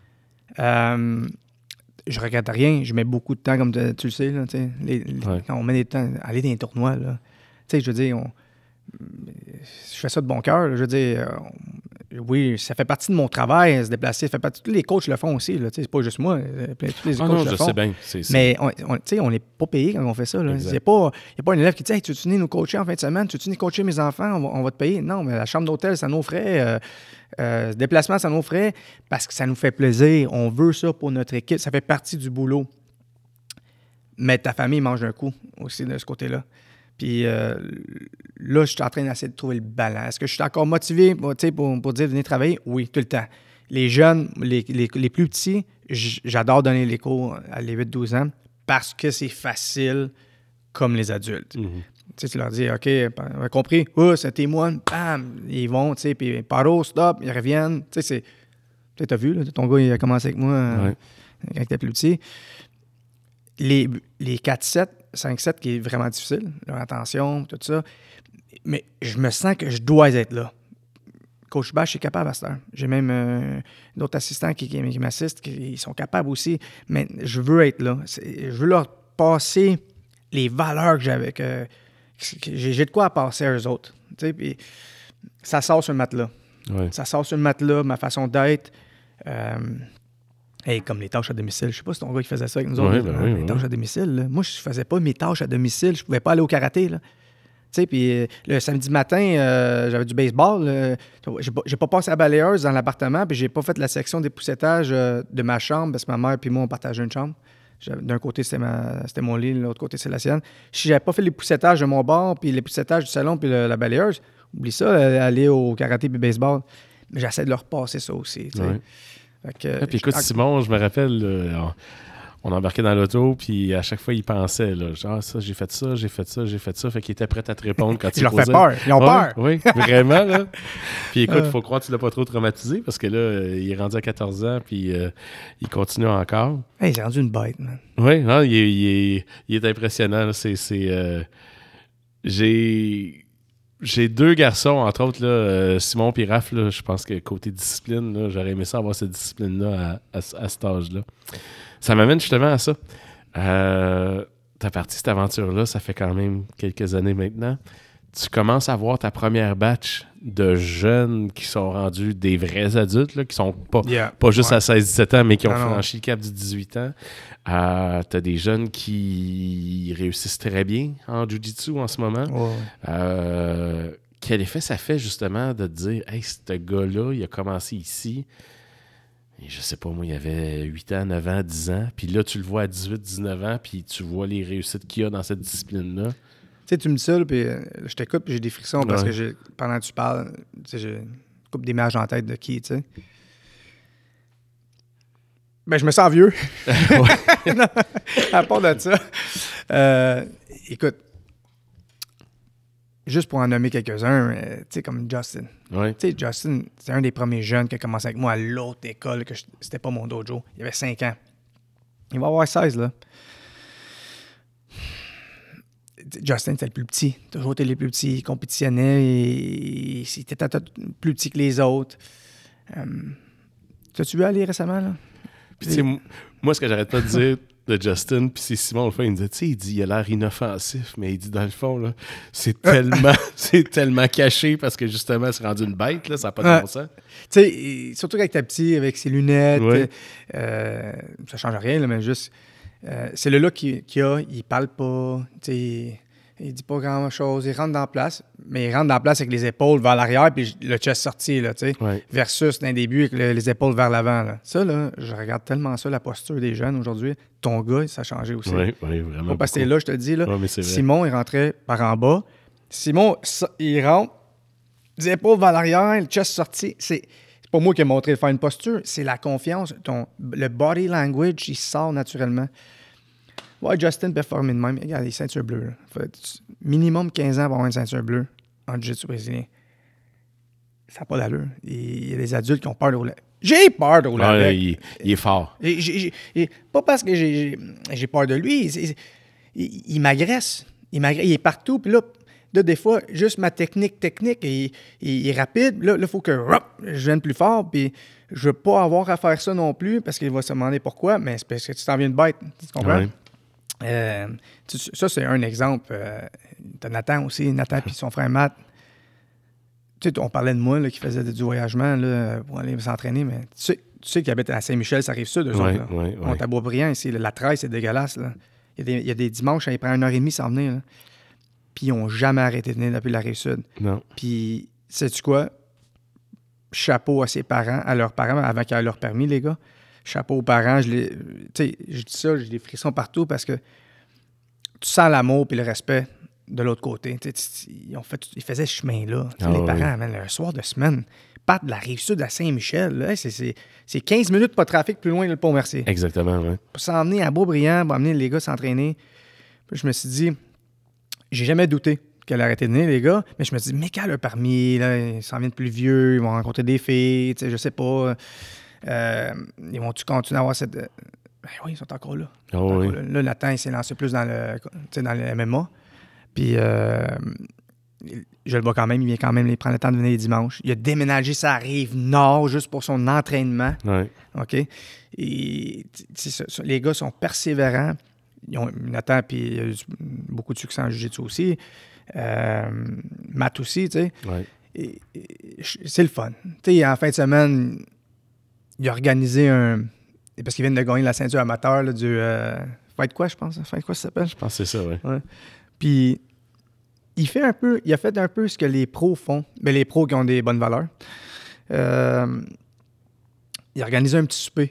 Je regrette rien. Je mets beaucoup de temps, comme tu le sais, là, tu sais. Quand on met des temps, aller dans les tournois, là. Tu sais, je veux dire, je fais ça de bon cœur. Je veux dire, oui, ça fait partie de mon travail, se déplacer. Ça fait partie, tous les coachs le font aussi. Là, c'est pas juste moi. Tous les coachs le font. Sais bien. Mais on n'est pas payé quand on fait ça. Il n'y a pas un élève qui dit hey, tu veux venir nous coacher en fin de semaine? Tu veux venir coacher mes enfants? On va te payer. Non, mais la chambre d'hôtel, ça nous frais. Le déplacement, ça nous frais parce que ça nous fait plaisir. On veut ça pour notre équipe. Ça fait partie du boulot. Mais ta famille mange d'un coup aussi de ce côté-là. Puis là, je suis en train d'essayer de trouver le balance. Est-ce que je suis encore motivé pour dire venir travailler? Oui, tout le temps. Les jeunes, les plus petits, j'adore donner les cours à les 8-12 ans parce que c'est facile comme les adultes. Tu leur dis, OK, compris, c'est témoin, bam, ils vont, puis paro, stop, ils reviennent. Tu as vu, là, ton gars, il a commencé avec moi quand il était plus petit. Les 4-7, 5-7 qui est vraiment difficile, leur attention, tout ça. Mais je me sens que je dois être là. Coach Bach est capable à cette heure. J'ai même d'autres assistants qui m'assistent, qui sont capables aussi. Mais je veux être là. Je veux leur passer les valeurs que j'avais. Que j'ai de quoi à passer à eux autres. Puis ça sort sur le matelas. Ouais. Ça sort sur le matelas, ma façon d'être. Comme les tâches à domicile. Je sais pas si ton gars qui faisait ça avec nous autres. Les tâches à domicile. Là. Moi, je faisais pas mes tâches à domicile. Je pouvais pas aller au karaté. Là. Puis le samedi matin, j'avais du baseball. J'ai pas passé à la balayeuse dans l'appartement, puis j'ai pas fait la section d'époussetage de ma chambre, parce que ma mère et moi, on partageait une chambre. D'un côté, c'était mon lit, de l'autre côté, c'est la sienne. Si j'avais pas fait l'époussetage de mon bar, puis l'époussetage du salon, puis la balayeuse, oublie ça, aller au karaté puis baseball. Mais j'essaie de leur passer ça aussi. Puis écoute, Simon, je me rappelle, on embarquait dans l'auto, puis à chaque fois, il pensait, là, genre, ça, j'ai fait ça. Fait qu'il était prêt à te répondre quand tu leur fais peur. Ils ont peur. Oui, vraiment, là. Puis écoute, il faut croire que tu l'as pas trop traumatisé, parce que là, il est rendu à 14 ans, puis il continue encore. Hey, il est rendu une bête, man. Oui, non, il est impressionnant. Là. J'ai deux garçons, entre autres, là, Simon et Raph, là, je pense que côté discipline, là, j'aurais aimé ça avoir cette discipline-là à cet âge-là. Ça m'amène justement à ça. T'as parti cette aventure-là, ça fait quand même quelques années maintenant. Tu commences à voir ta première batch de jeunes qui sont rendus des vrais adultes, là, qui sont pas juste à 16-17 ans, mais qui ont franchi le cap du 18 ans. T'as des jeunes qui réussissent très bien en jiu-jitsu en ce moment. Quel effet ça fait justement de te dire « Hey, ce gars-là, il a commencé ici. » Et je sais pas, moi, il avait 8 ans, 9 ans, 10 ans. Puis là, tu le vois à 18, 19 ans, puis tu vois les réussites qu'il y a dans cette discipline-là. Tu sais, tu me dis ça, puis je t'écoute, puis j'ai des frissons parce que pendant que tu parles, j'ai une couple d'images en tête de qui, tu sais. Ben, je me sens vieux. Non, à part de ça. Écoute, juste pour en nommer quelques-uns, tu sais, comme Justin. Ouais. Tu sais, Justin, c'est un des premiers jeunes qui a commencé avec moi à l'autre école, que c'était pas mon dojo. Il avait 5 ans. Il va avoir 16, là. Justin, c'était le plus petit. Toujours été le plus petit. Il compétitionnait. Il était plus petit que les autres. T'as-tu vu aller récemment, là? Puis, tu sais, moi, ce que j'arrête pas de dire de Justin, puis c'est Simon, le fait, il me dit, tu sais, il dit, il a l'air inoffensif, mais il dit, dans le fond, là, c'est tellement caché parce que, justement, c'est rendu une bête, là, ça n'a pas de bon sens. Tu sais, surtout quand t'es petit, avec ses lunettes, Ouais. ça change rien, là, mais juste, c'est le look qu'il a, il parle pas, tu sais, il dit pas grand-chose, il rentre dans la place, mais il rentre dans la place avec les épaules vers l'arrière, puis le chest sorti, là, tu sais, Ouais. versus dans le début avec les épaules vers l'avant, là. Ça, là, je regarde tellement ça, la posture des jeunes aujourd'hui. Ton gars, ça a changé aussi. Oui, vraiment. Pas parce que t'es là, je te le dis, là. Ouais, mais c'est vrai. Simon, il rentrait par en bas. Simon, il rentre, les épaules vers l'arrière, le chest sorti. C'est pas moi qui ai montré de faire une posture, c'est la confiance. Le body language, il sort naturellement. Ouais, Justin peut former de même. Regarde, les ceintures bleues. Là. Fait minimum 15 ans pour avoir une ceinture bleue en jiu-jitsu brésilien. Ça n'a pas d'allure. Il y a des adultes qui ont peur de rouler. J'ai peur de rouler avec. Il est fort. Pas parce que j'ai peur de lui. Il m'agresse. Il est partout. Puis là, des fois, juste ma technique, il est rapide. Là, il faut que je vienne plus fort. Puis je veux pas avoir à faire ça non plus parce qu'il va se demander pourquoi. Mais c'est parce que tu t'en viens de bête. Tu comprends? Ouais. Ça, c'est un exemple. T'as Nathan aussi. Nathan puis son frère Matt. Tu sais, on parlait de moi là, qui faisait du voyagement là, pour aller s'entraîner, mais tu sais qu'ils habitent à Saint-Michel, ça arrive sud, eux autres. On est à Boisbriand ici. La Treille, c'est dégueulasse. Là. Il y a des dimanches, ça prend 1h30 s'en venir. Là. Puis ils n'ont jamais arrêté de venir depuis la Rive-Sud. Non. Puis, sais-tu quoi? Chapeau à ses parents, à leurs parents, avant qu'ils aient leur permis, les gars. Chapeau aux parents. Je dis ça, j'ai des frissons partout parce que tu sens l'amour et le respect de l'autre côté. Ils faisaient ce chemin-là. Les parents, le soir de semaine, partent de la Rive-Sud à Saint-Michel. Là, c'est 15 minutes pas de trafic plus loin que le Pont-Mercier. Exactement, oui. Pour s'emmener à Beaubriand, pour amener les gars s'entraîner. Puis je me suis dit, j'ai jamais douté qu'elle arrêtait de venir, les gars, mais je me suis dit, mais quand le parmi, là, ils s'en viennent plus vieux, ils vont rencontrer des filles, je sais pas. Ils vont-tu continuer à avoir cette... Ben oui, ils sont encore là. Oh, oui. Là, Nathan, il s'est lancé plus dans le MMA. Puis, je le vois quand même, il vient quand même prendre le temps de venir les dimanches. Il a déménagé sa Rive-Nord juste pour son entraînement. Ouais. OK? Et les gars sont persévérants. Nathan, puis il a eu beaucoup de succès en jiu-jitsu aussi. Matt aussi, tu sais. Ouais. C'est le fun. Tu sais, en fin de semaine, il a organisé parce qu'ils viennent de gagner la ceinture amateur là, du... Fight quoi, je pense? Fight quoi ça s'appelle? Je pense que c'est ça, oui. Ouais. Puis, il a fait un peu ce que les pros font. Mais les pros qui ont des bonnes valeurs. Il a organisé un petit souper.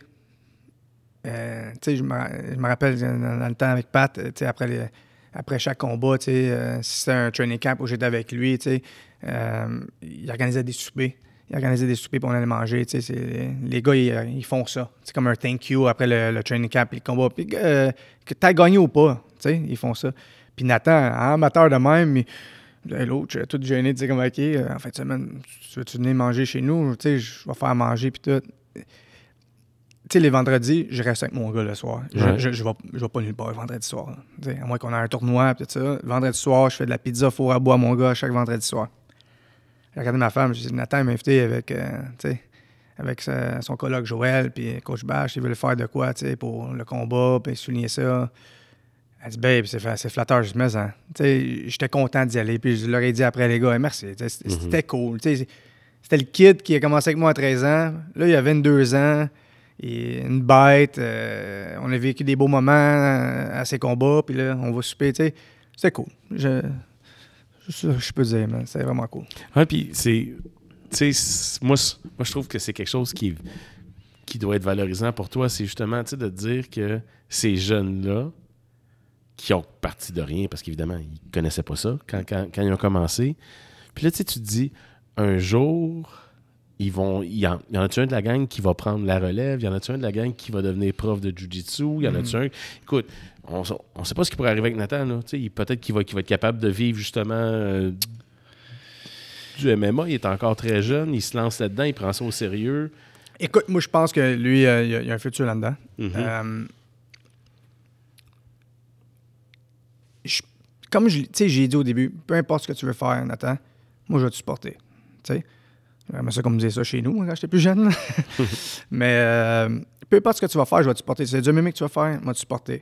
Je me rappelle dans le temps avec Pat, après chaque combat, si c'était un training camp où j'étais avec lui, il organisait des soupers. Puis on allait manger. Les gars, ils font ça. C'est comme un thank you après le training camp et le combat. Puis que t'as gagné ou pas, ils font ça. Puis Nathan, amateur de même, l'autre, tout gêné, tu sais, comme, OK, en fin de semaine, tu veux-tu venir manger chez nous? Tu sais, je vais faire manger, puis tout. Tu sais, les vendredis, je reste avec mon gars le soir. Ouais. Je vais pas nulle part le vendredi soir. À moins qu'on ait un tournoi, puis tout ça. Le vendredi soir, je fais de la pizza four à bois à mon gars chaque vendredi soir. J'ai regardé ma femme, j'ai dit, Nathan m'a invité avec son collègue Joël, puis Coach Bash, il veut le faire de quoi, pour le combat, puis souligner ça. Elle dit, babe, c'est flatteur, je me sens. J'étais content d'y aller, puis je leur ai dit après, les gars, hey, merci, c'était cool. C'était le kid qui a commencé avec moi à 13 ans. Là, il a 22 ans. Et une bête. On a vécu des beaux moments à ces combats. Puis là, on va souper. C'était cool. Je peux dire, man. C'était vraiment cool. Ouais, puis moi, je trouve que c'est quelque chose qui doit être valorisant pour toi. C'est justement, de te dire que ces jeunes-là, qui ont parti de rien, parce qu'évidemment, ils ne connaissaient pas ça quand ils ont commencé. Puis là, tu te dis, un jour... Il y en a-tu un de la gang qui va prendre la relève? Il y en a-tu un de la gang qui va devenir prof de jiu-jitsu? Il y en a-tu un... Écoute, on ne sait pas ce qui pourrait arriver avec Nathan. Là. Peut-être qu'il va être capable de vivre justement du MMA. Il est encore très jeune. Il se lance là-dedans. Il prend ça au sérieux. Écoute, moi, je pense que lui, il y a un futur là-dedans. Mm-hmm. Comme j'ai dit au début, peu importe ce que tu veux faire, Nathan, moi, je vais te supporter. Tu sais? J'aimerais ça qu'on me disait ça chez nous quand j'étais plus jeune. Mais peu importe ce que tu vas faire, je vais te supporter. Si c'est du MMA que tu vas faire, moi, te supporter.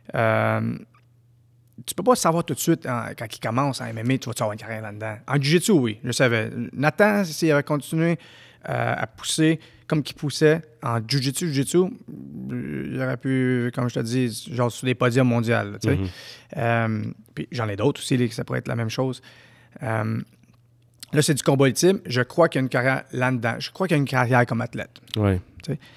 Tu peux pas savoir tout de suite, quand il commence en MMA, tu vas avoir une carrière là-dedans. En jiu-jitsu, oui, je savais. Nathan, s'il avait continué à pousser comme qu'il poussait en jiu-jitsu, il aurait pu, comme je te dis, genre sur des podiums mondiaux. Tu sais. Puis j'en ai d'autres aussi, que ça pourrait être la même chose. Là, c'est du combat ultime. Je crois qu'il y a une carrière là-dedans. Je crois qu'il y a une carrière comme athlète. Ouais. Tu sais.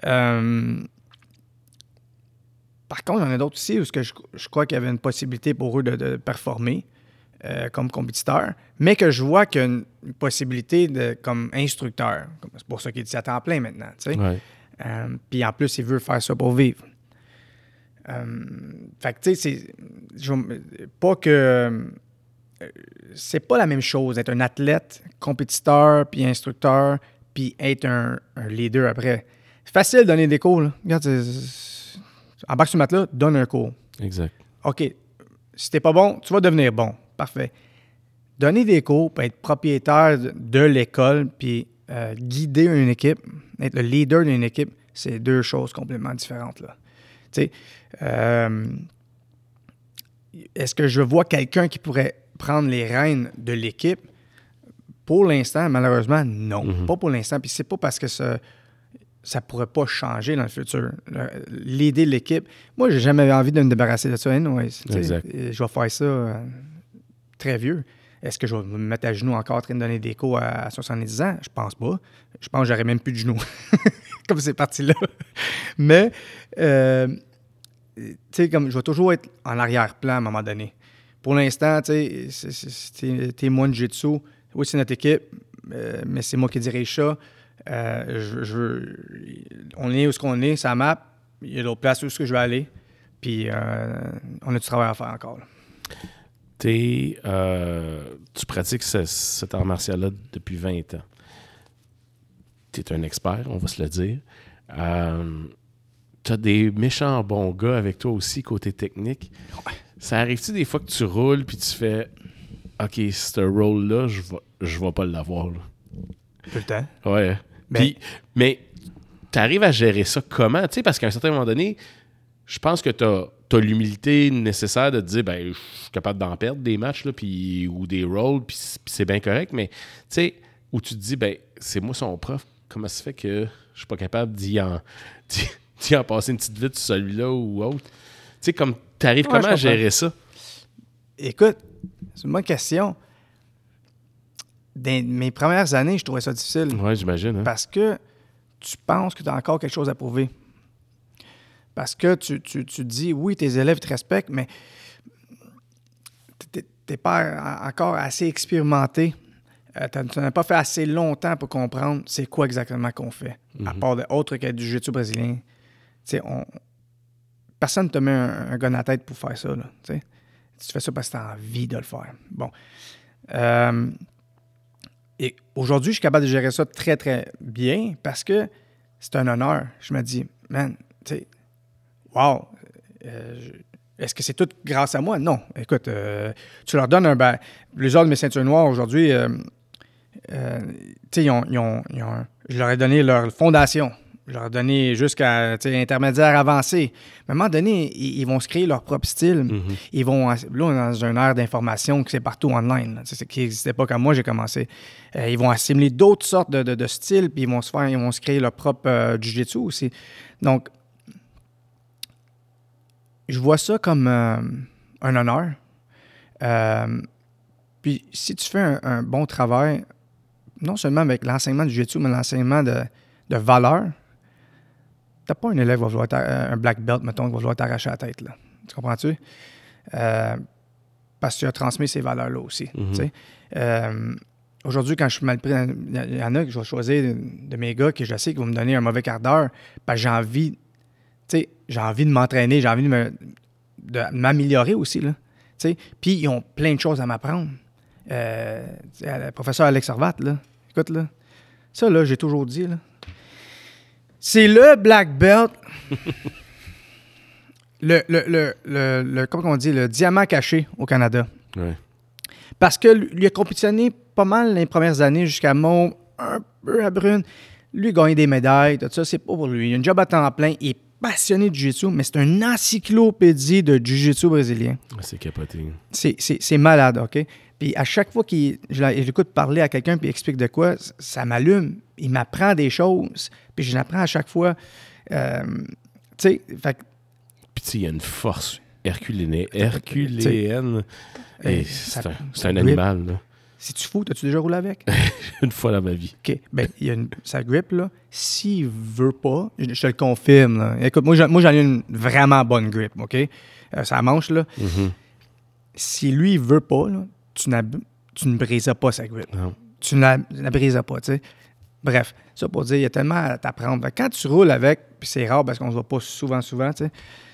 Par contre, il y en a d'autres aussi où je crois qu'il y avait une possibilité pour eux de performer comme compétiteur, mais que je vois qu'il y a une possibilité comme instructeur. C'est pour ça qu'il est à temps plein maintenant. Tu sais. Ouais. Puis en plus, il veut faire ça pour vivre. Fait que tu sais, pas que... c'est pas la même chose d'être un athlète, compétiteur, puis instructeur, puis être un leader après. C'est facile de donner des cours. Là. Regarde, embarque sur le matelas, donne un cours. Exact. OK. Si t'es pas bon, tu vas devenir bon. Parfait. Donner des cours, puis être propriétaire de l'école, puis guider une équipe, être le leader d'une équipe, c'est deux choses complètement différentes. Là. Tu sais, est-ce que je vois quelqu'un qui pourrait prendre les rênes de l'équipe? Pour l'instant, malheureusement, non. Mm-hmm. Pas pour l'instant. Puis c'est pas parce que ça pourrait pas changer dans le futur. L'aider l'équipe. Moi, j'ai jamais envie de me débarrasser de ça. Anyways, exact. Je vais faire ça très vieux. Est-ce que je vais me mettre à genoux encore en train de donner des cours à 70 ans? Je pense pas. Je pense que j'aurais même plus de genoux. Comme c'est parti là. Mais, tu sais, comme je vais toujours être en arrière-plan à un moment donné. Pour l'instant, tu sais, t'es moi de jiu-jitsu. Oui, c'est notre équipe, mais c'est moi qui dirige ça. On est où ce qu'on est, ça map. Il y a d'autres places où je vais aller. Puis, on a du travail à faire encore. Là. Tu pratiques cet art martial-là depuis 20 ans. Tu es un expert, on va se le dire. Tu as des méchants bons gars avec toi aussi, côté technique. Ouais. Ça arrive-tu des fois que tu roules puis tu fais « OK, ce rôle-là, je vais pas l'avoir. » Tout le temps. Ouais. Mais tu arrives à gérer ça comment? Tu sais, parce qu'à un certain moment donné, je pense que tu as l'humilité nécessaire de te dire ben, je suis capable d'en perdre des matchs là, ou des rôles, puis c'est bien correct, mais tu sais, où tu te dis ben, c'est moi son prof, comment ça se fait que je suis pas capable d'y en passer une petite vite sur celui-là ou autre? Tu sais, comme tu arrives comment à gérer ça? Écoute, c'est une bonne question. Dans mes premières années, je trouvais ça difficile. Oui, j'imagine. Hein? Parce que tu penses que tu as encore quelque chose à prouver. Parce que tu te dis, oui, tes élèves te respectent, mais tu n'es pas encore assez expérimenté. Tu n'as pas fait assez longtemps pour comprendre c'est quoi exactement qu'on fait. Mm-hmm. À part autre que du jiu-jitsu brésilien. Personne ne te met un gun à la tête pour faire ça. Là, tu fais ça parce que tu as envie de le faire. Bon. Et aujourd'hui, je suis capable de gérer ça très, très bien parce que c'est un honneur. Je me dis, man, tu sais, wow, est-ce que c'est tout grâce à moi? Non. Écoute, tu leur donnes plusieurs de mes ceintures noires aujourd'hui, tu sais, je leur ai donné leur fondation. Je leur ai donné jusqu'à intermédiaire avancé. Mais à un moment donné, ils vont se créer leur propre style. Mm-hmm. Ils vont, là, on est dans une ère d'information qui c'est partout online. C'est qui n'existait pas quand moi j'ai commencé. Ils vont assimiler d'autres sortes de styles, puis ils vont se créer leur propre jiu-jitsu aussi. Donc, je vois ça comme un honneur. Puis, si tu fais un bon travail, non seulement avec l'enseignement du jiu-jitsu, mais l'enseignement de valeur, t'as pas un élève qui va vouloir un black belt, mettons, qui va vouloir t'arracher la tête. Là. Tu comprends-tu? Parce que tu as transmis ces valeurs-là aussi. Mm-hmm. Aujourd'hui, quand je suis mal pris, il y en a que je vais choisir de mes gars que je sais qu'ils vont me donner un mauvais quart d'heure parce que j'ai envie de m'entraîner, j'ai envie de m'améliorer aussi. Là, puis ils ont plein de choses à m'apprendre. Le professeur Alex Horvat, là, écoute, là, ça, là, j'ai toujours dit, là, c'est le black belt, comment on dit, le diamant caché au Canada. Ouais. Parce que lui a compétitionné pas mal les premières années jusqu'à Mont, un peu à Brune. Lui, gagner des médailles, tout ça, c'est pas pour lui. Il a un job à temps plein, il est passionné de jiu-jitsu, mais c'est une encyclopédie de jiu-jitsu brésilien. C'est capoté. C'est malade, OK? Puis à chaque fois que je l'écoute parler à quelqu'un puis il explique de quoi, ça m'allume. Il m'apprend des choses, puis je l'apprends à chaque fois. Tu sais, fait puis il y a une force herculéenne. Et c'est un animal, là. C'est-tu fou? T'as-tu déjà roulé avec? Une fois dans ma vie. OK. Ben, il y a sa grip, là. S'il veut pas, je te le confirme, là. Écoute, moi, j'en ai une vraiment bonne grip, OK? Ça manche, là. Mm-hmm. Si lui, il veut pas, là, tu ne briseras pas sa grip. Non. Tu ne la briseras pas, tu sais. Bref, ça pour dire, il y a tellement à t'apprendre. Quand tu roules avec, puis c'est rare parce qu'on ne se voit pas souvent, tu sais.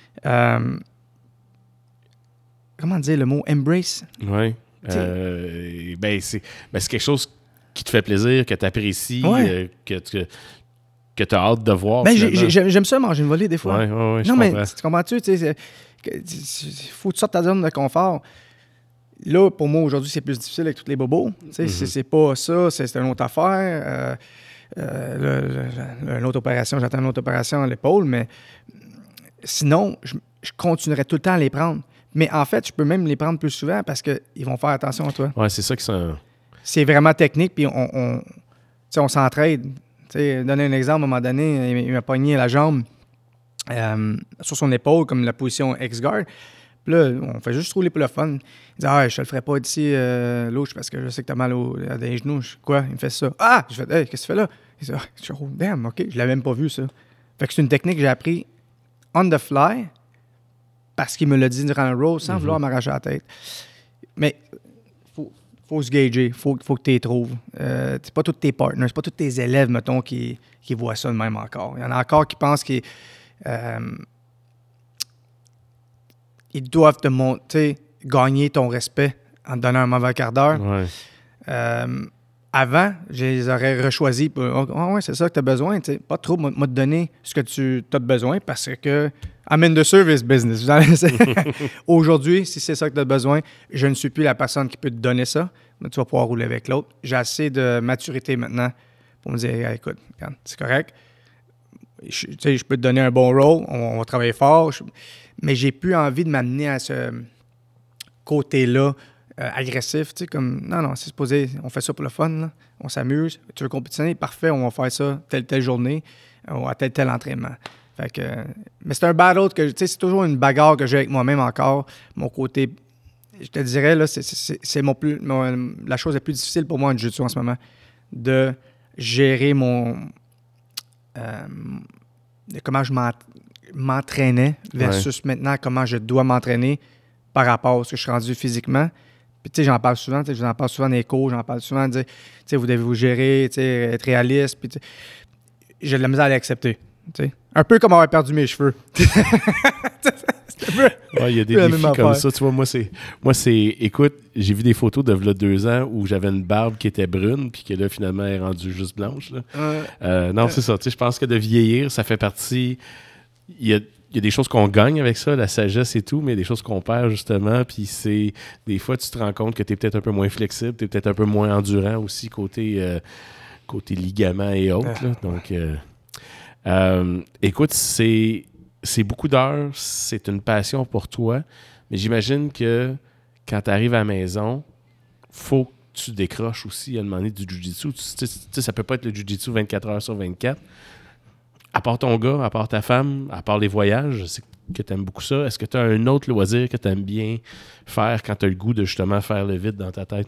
Comment dire le mot embrace? Oui. C'est quelque chose qui te fait plaisir, que tu apprécies, que tu as hâte de voir. J'aime ça manger une volée des fois. Oui, non, mais tu comprends-tu? Il faut que tu sortes ta zone de confort. Là, pour moi, aujourd'hui, c'est plus difficile avec tous les bobos. C'est pas ça, c'est une autre affaire. Une autre opération, j'attends une autre opération à l'épaule, mais sinon, je continuerai tout le temps à les prendre. Mais en fait, je peux même les prendre plus souvent parce qu'ils vont faire attention à toi. Oui, c'est ça qui sont... C'est vraiment technique, puis on s'entraide. Donner un exemple, à un moment donné, il m'a pogné la jambe sur son épaule, comme la position X-guard. Puis là, on fait juste rouler pour le fun. Il dit « Ah, je te le ferai pas d'ici l'autre parce que je sais que t'as mal à des genoux. » Quoi? Il me fait ça. « Ah! » Je fais « Hey, qu'est-ce que tu fais là? » Il dit « Ah, je suis damn, OK. » Je l'avais même pas vu, ça. Fait que c'est une technique que j'ai appris on the fly parce qu'il me l'a dit durant le roll sans vouloir m'arracher la tête. Mais faut se gager. Faut que tu les trouves. C'est pas tous tes partners, c'est pas tous tes élèves, mettons, qui voient ça de même encore. Il y en a encore qui pensent qu'ils doivent te montrer, gagner ton respect en te donnant un mauvais quart d'heure. Ouais. Avant, je les aurais rechoisis pour ouais, c'est ça que tu as besoin. T'sais. Pas trop, moi te donner ce que tu as besoin parce que I'm in the service business. Aujourd'hui, si c'est ça que tu as besoin, je ne suis plus la personne qui peut te donner ça, mais tu vas pouvoir rouler avec l'autre. J'ai assez de maturité maintenant pour me dire hey, écoute, regarde, c'est correct. Je peux te donner un bon rôle, on va travailler fort, mais j'ai plus envie de m'amener à ce côté-là agressif, tu sais, comme, non, c'est supposé, on fait ça pour le fun, là. On s'amuse, tu veux compétitionner, parfait, on va faire ça telle journée, à tel entraînement. Fait que, mais c'est un battle que, tu sais, c'est toujours une bagarre que j'ai avec moi-même encore, mon côté, je te dirais, là, c'est la chose la plus difficile pour moi en jiu-jitsu en ce moment, de gérer comment je m'entraînais versus maintenant comment je dois m'entraîner par rapport à ce que je suis rendu physiquement. Puis, tu sais, j'en parle souvent dans les cours, j'en parle souvent de dire, tu sais, vous devez vous gérer, tu sais, être réaliste. Puis, j'ai de la misère à l'accepter. Tu sais. Un peu comme avoir perdu mes cheveux. Il y a des défis comme ça. Tu vois, moi, c'est. Écoute, j'ai vu des photos de là 2 ans où j'avais une barbe qui était brune, puis que là, finalement, elle est rendue juste blanche. Là. Non, c'est ça. Tu sais, je pense que de vieillir, ça fait partie. Il y a des choses qu'on gagne avec ça, la sagesse et tout, mais il y a des choses qu'on perd, justement. Puis c'est... Des fois, tu te rends compte que tu es peut-être un peu moins flexible, tu es peut-être un peu moins endurant aussi côté ligaments et autres. Là. Donc, écoute, c'est beaucoup d'heures, c'est une passion pour toi, mais j'imagine que quand tu arrives à la maison, faut que tu décroches aussi à demander du jiu-jitsu. Tu sais, ça peut pas être le jiu-jitsu 24 heures sur 24. À part ton gars, à part ta femme, à part les voyages, je sais que tu aimes beaucoup ça. Est-ce que tu as un autre loisir que tu aimes bien faire quand tu as le goût de justement faire le vide dans ta tête?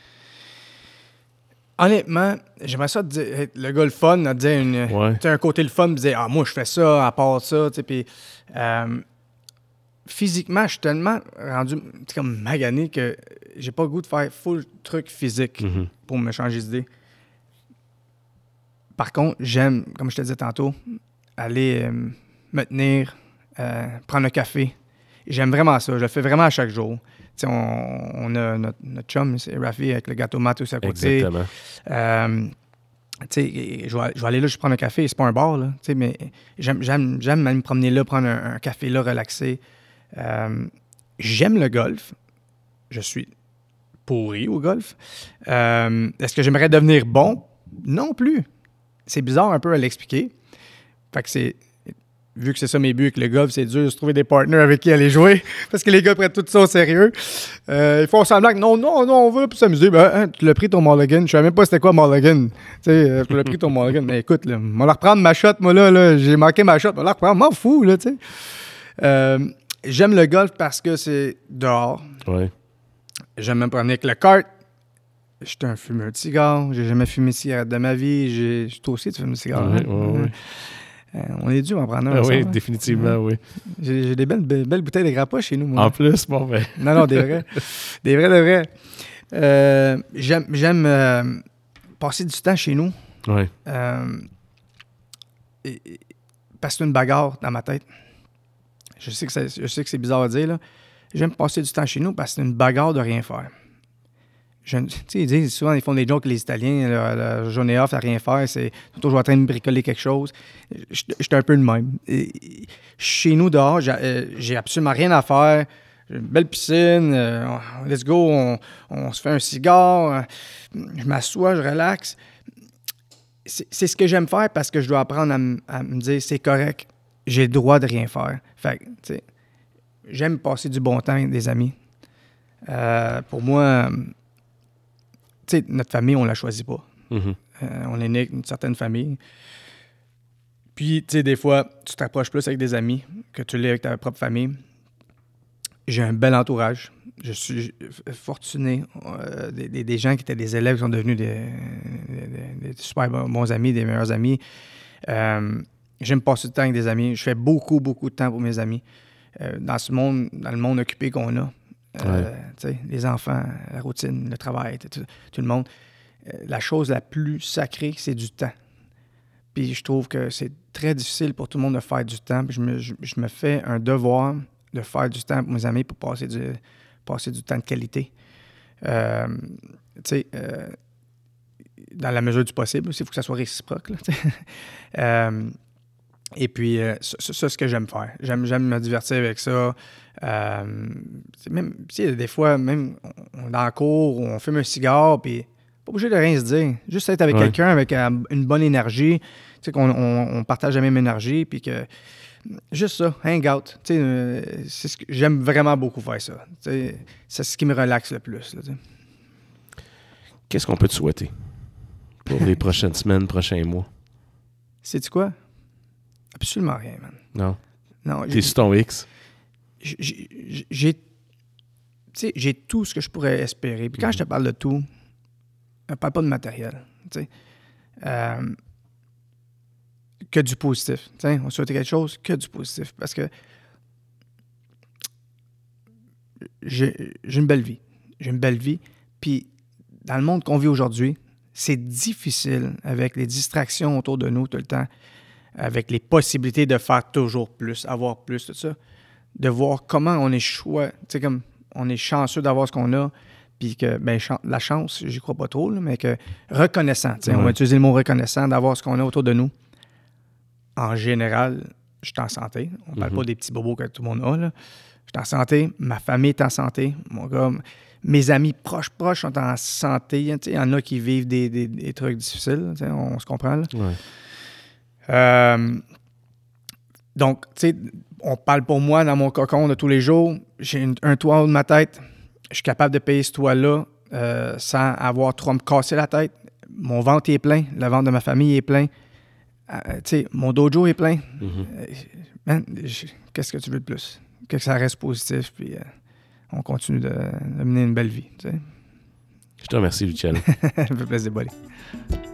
Honnêtement, j'aimerais ça te dire, le gars le fun, à dire un côté le fun, me dire moi je fais ça, à part ça, tu sais, puis physiquement, je suis tellement rendu comme magané que j'ai pas le goût de faire full truc physique pour me changer d'idée. Par contre, j'aime, comme je te disais tantôt, aller me tenir, prendre un café. J'aime vraiment ça. Je le fais vraiment à chaque jour. T'sais, on a notre chum, c'est Rafi, avec le gâteau mat aussi à côté. Exactement. Je vais aller là, je prends un café. C'est pas un bar, là. Mais j'aime aller me promener là, prendre un café là, relaxer. J'aime le golf. Je suis pourri au golf. Est-ce que j'aimerais devenir bon? Non plus. c'est bizarre un peu à l'expliquer. Fait que vu que c'est ça mes buts avec le golf, c'est dur de se trouver des partenaires avec qui aller jouer parce que les gars prennent tout ça au sérieux. Ils font semblant que non, on veut plus s'amuser. Tu l'as pris ton mulligan. Je savais même pas c'était quoi mulligan. Tu l'as pris ton mulligan. Mais écoute, là, on va la reprendre ma shot. Moi, là, j'ai manqué ma shot. On va la reprendre. M'en fous, là, tu sais. J'aime le golf parce que c'est dehors. Ouais. J'aime me promener avec le kart. J'étais un fumeur de cigares. J'ai jamais fumé de cigarette de ma vie. Toi aussi, tu fumes de cigares. Ouais. On est dû en prendre un ensemble. Oui, définitivement, oui. J'ai des belles bouteilles de grappa chez nous, moi. En plus, bon, ben. Non, des vrais. Des vrais. J'aime passer du temps chez nous. Oui. Parce que c'est une bagarre dans ma tête. Je sais que c'est bizarre à dire, là. J'aime passer du temps chez nous parce que c'est une bagarre de rien faire. Tu sais, ils disent souvent, ils font des jokes, les Italiens, la journée off à rien faire, c'est toujours en train de bricoler quelque chose. J'étais un peu le même. Chez nous, dehors, j'ai absolument rien à faire. J'ai une belle piscine, let's go, on se fait un cigare, je m'assois, je relaxe. C'est ce que j'aime faire parce que je dois apprendre à me dire, c'est correct, j'ai le droit de rien faire. Fait que, tu sais, j'aime passer du bon temps avec des amis. Pour moi... Tu sais, notre famille, on la choisit pas. Mm-hmm. On est né avec une certaine famille. Puis, tu sais, des fois, tu t'approches plus avec des amis que tu l'es avec ta propre famille. J'ai un bel entourage. Je suis fortuné. Des gens qui étaient des élèves qui sont devenus des super bons amis, des meilleurs amis. J'aime passer du temps avec des amis. Je fais beaucoup, beaucoup de temps pour mes amis. Dans le monde occupé qu'on a. Les enfants, la routine, le travail, tout le monde. La chose la plus sacrée, c'est du temps. Puis je trouve que c'est très difficile pour tout le monde de faire du temps. Puis je me fais un devoir de faire du temps pour mes amis pour passer du temps de qualité. Dans la mesure du possible aussi, il faut que ça soit réciproque. Là, et puis, c'est ce que j'aime faire. J'aime me divertir avec ça. Même, des fois, même on est dans la cour, on fume un cigare, puis pas obligé de rien se dire. Juste être avec quelqu'un avec une bonne énergie, tu sais, qu'on partage la même énergie, puis que... Juste ça, hang out. J'aime vraiment beaucoup faire ça. C'est ce qui me relaxe le plus. Là, qu'est-ce qu'on peut te souhaiter pour les prochaines semaines, prochains mois? Sais-tu quoi? Absolument rien, man. Non. T'es sur ton X? J'ai tout ce que je pourrais espérer. Puis quand je te parle de tout, je ne parle pas de matériel. Que du positif. On souhaite quelque chose, que du positif. Parce que j'ai une belle vie. J'ai une belle vie. Puis dans le monde qu'on vit aujourd'hui, c'est difficile avec les distractions autour de nous tout le temps, avec les possibilités de faire toujours plus, avoir plus, tout ça, de voir comment on est comme on est chanceux d'avoir ce qu'on a, puis que, la chance, j'y crois pas trop, là, mais que reconnaissant, on va utiliser le mot reconnaissant, d'avoir ce qu'on a autour de nous. En général, je suis en santé. On parle pas des petits bobos que tout le monde a, là. Je suis en santé, ma famille est en santé, mon gars, mes amis proches sont en santé. Il y en a qui vivent des trucs difficiles, on se comprend, là. Ouais. Donc, tu sais, on parle pour moi dans mon cocon de tous les jours. J'ai un toit au-dessus de ma tête. Je suis capable de payer ce toit-là sans avoir trop à me casser la tête. Mon ventre est plein. Le ventre de ma famille est plein. Tu sais, mon dojo est plein. Qu'est-ce que tu veux de plus? Que ça reste positif, puis on continue de mener une belle vie. Tu sais. Je te remercie, Luciano. Ça me fait plaisir, buddy.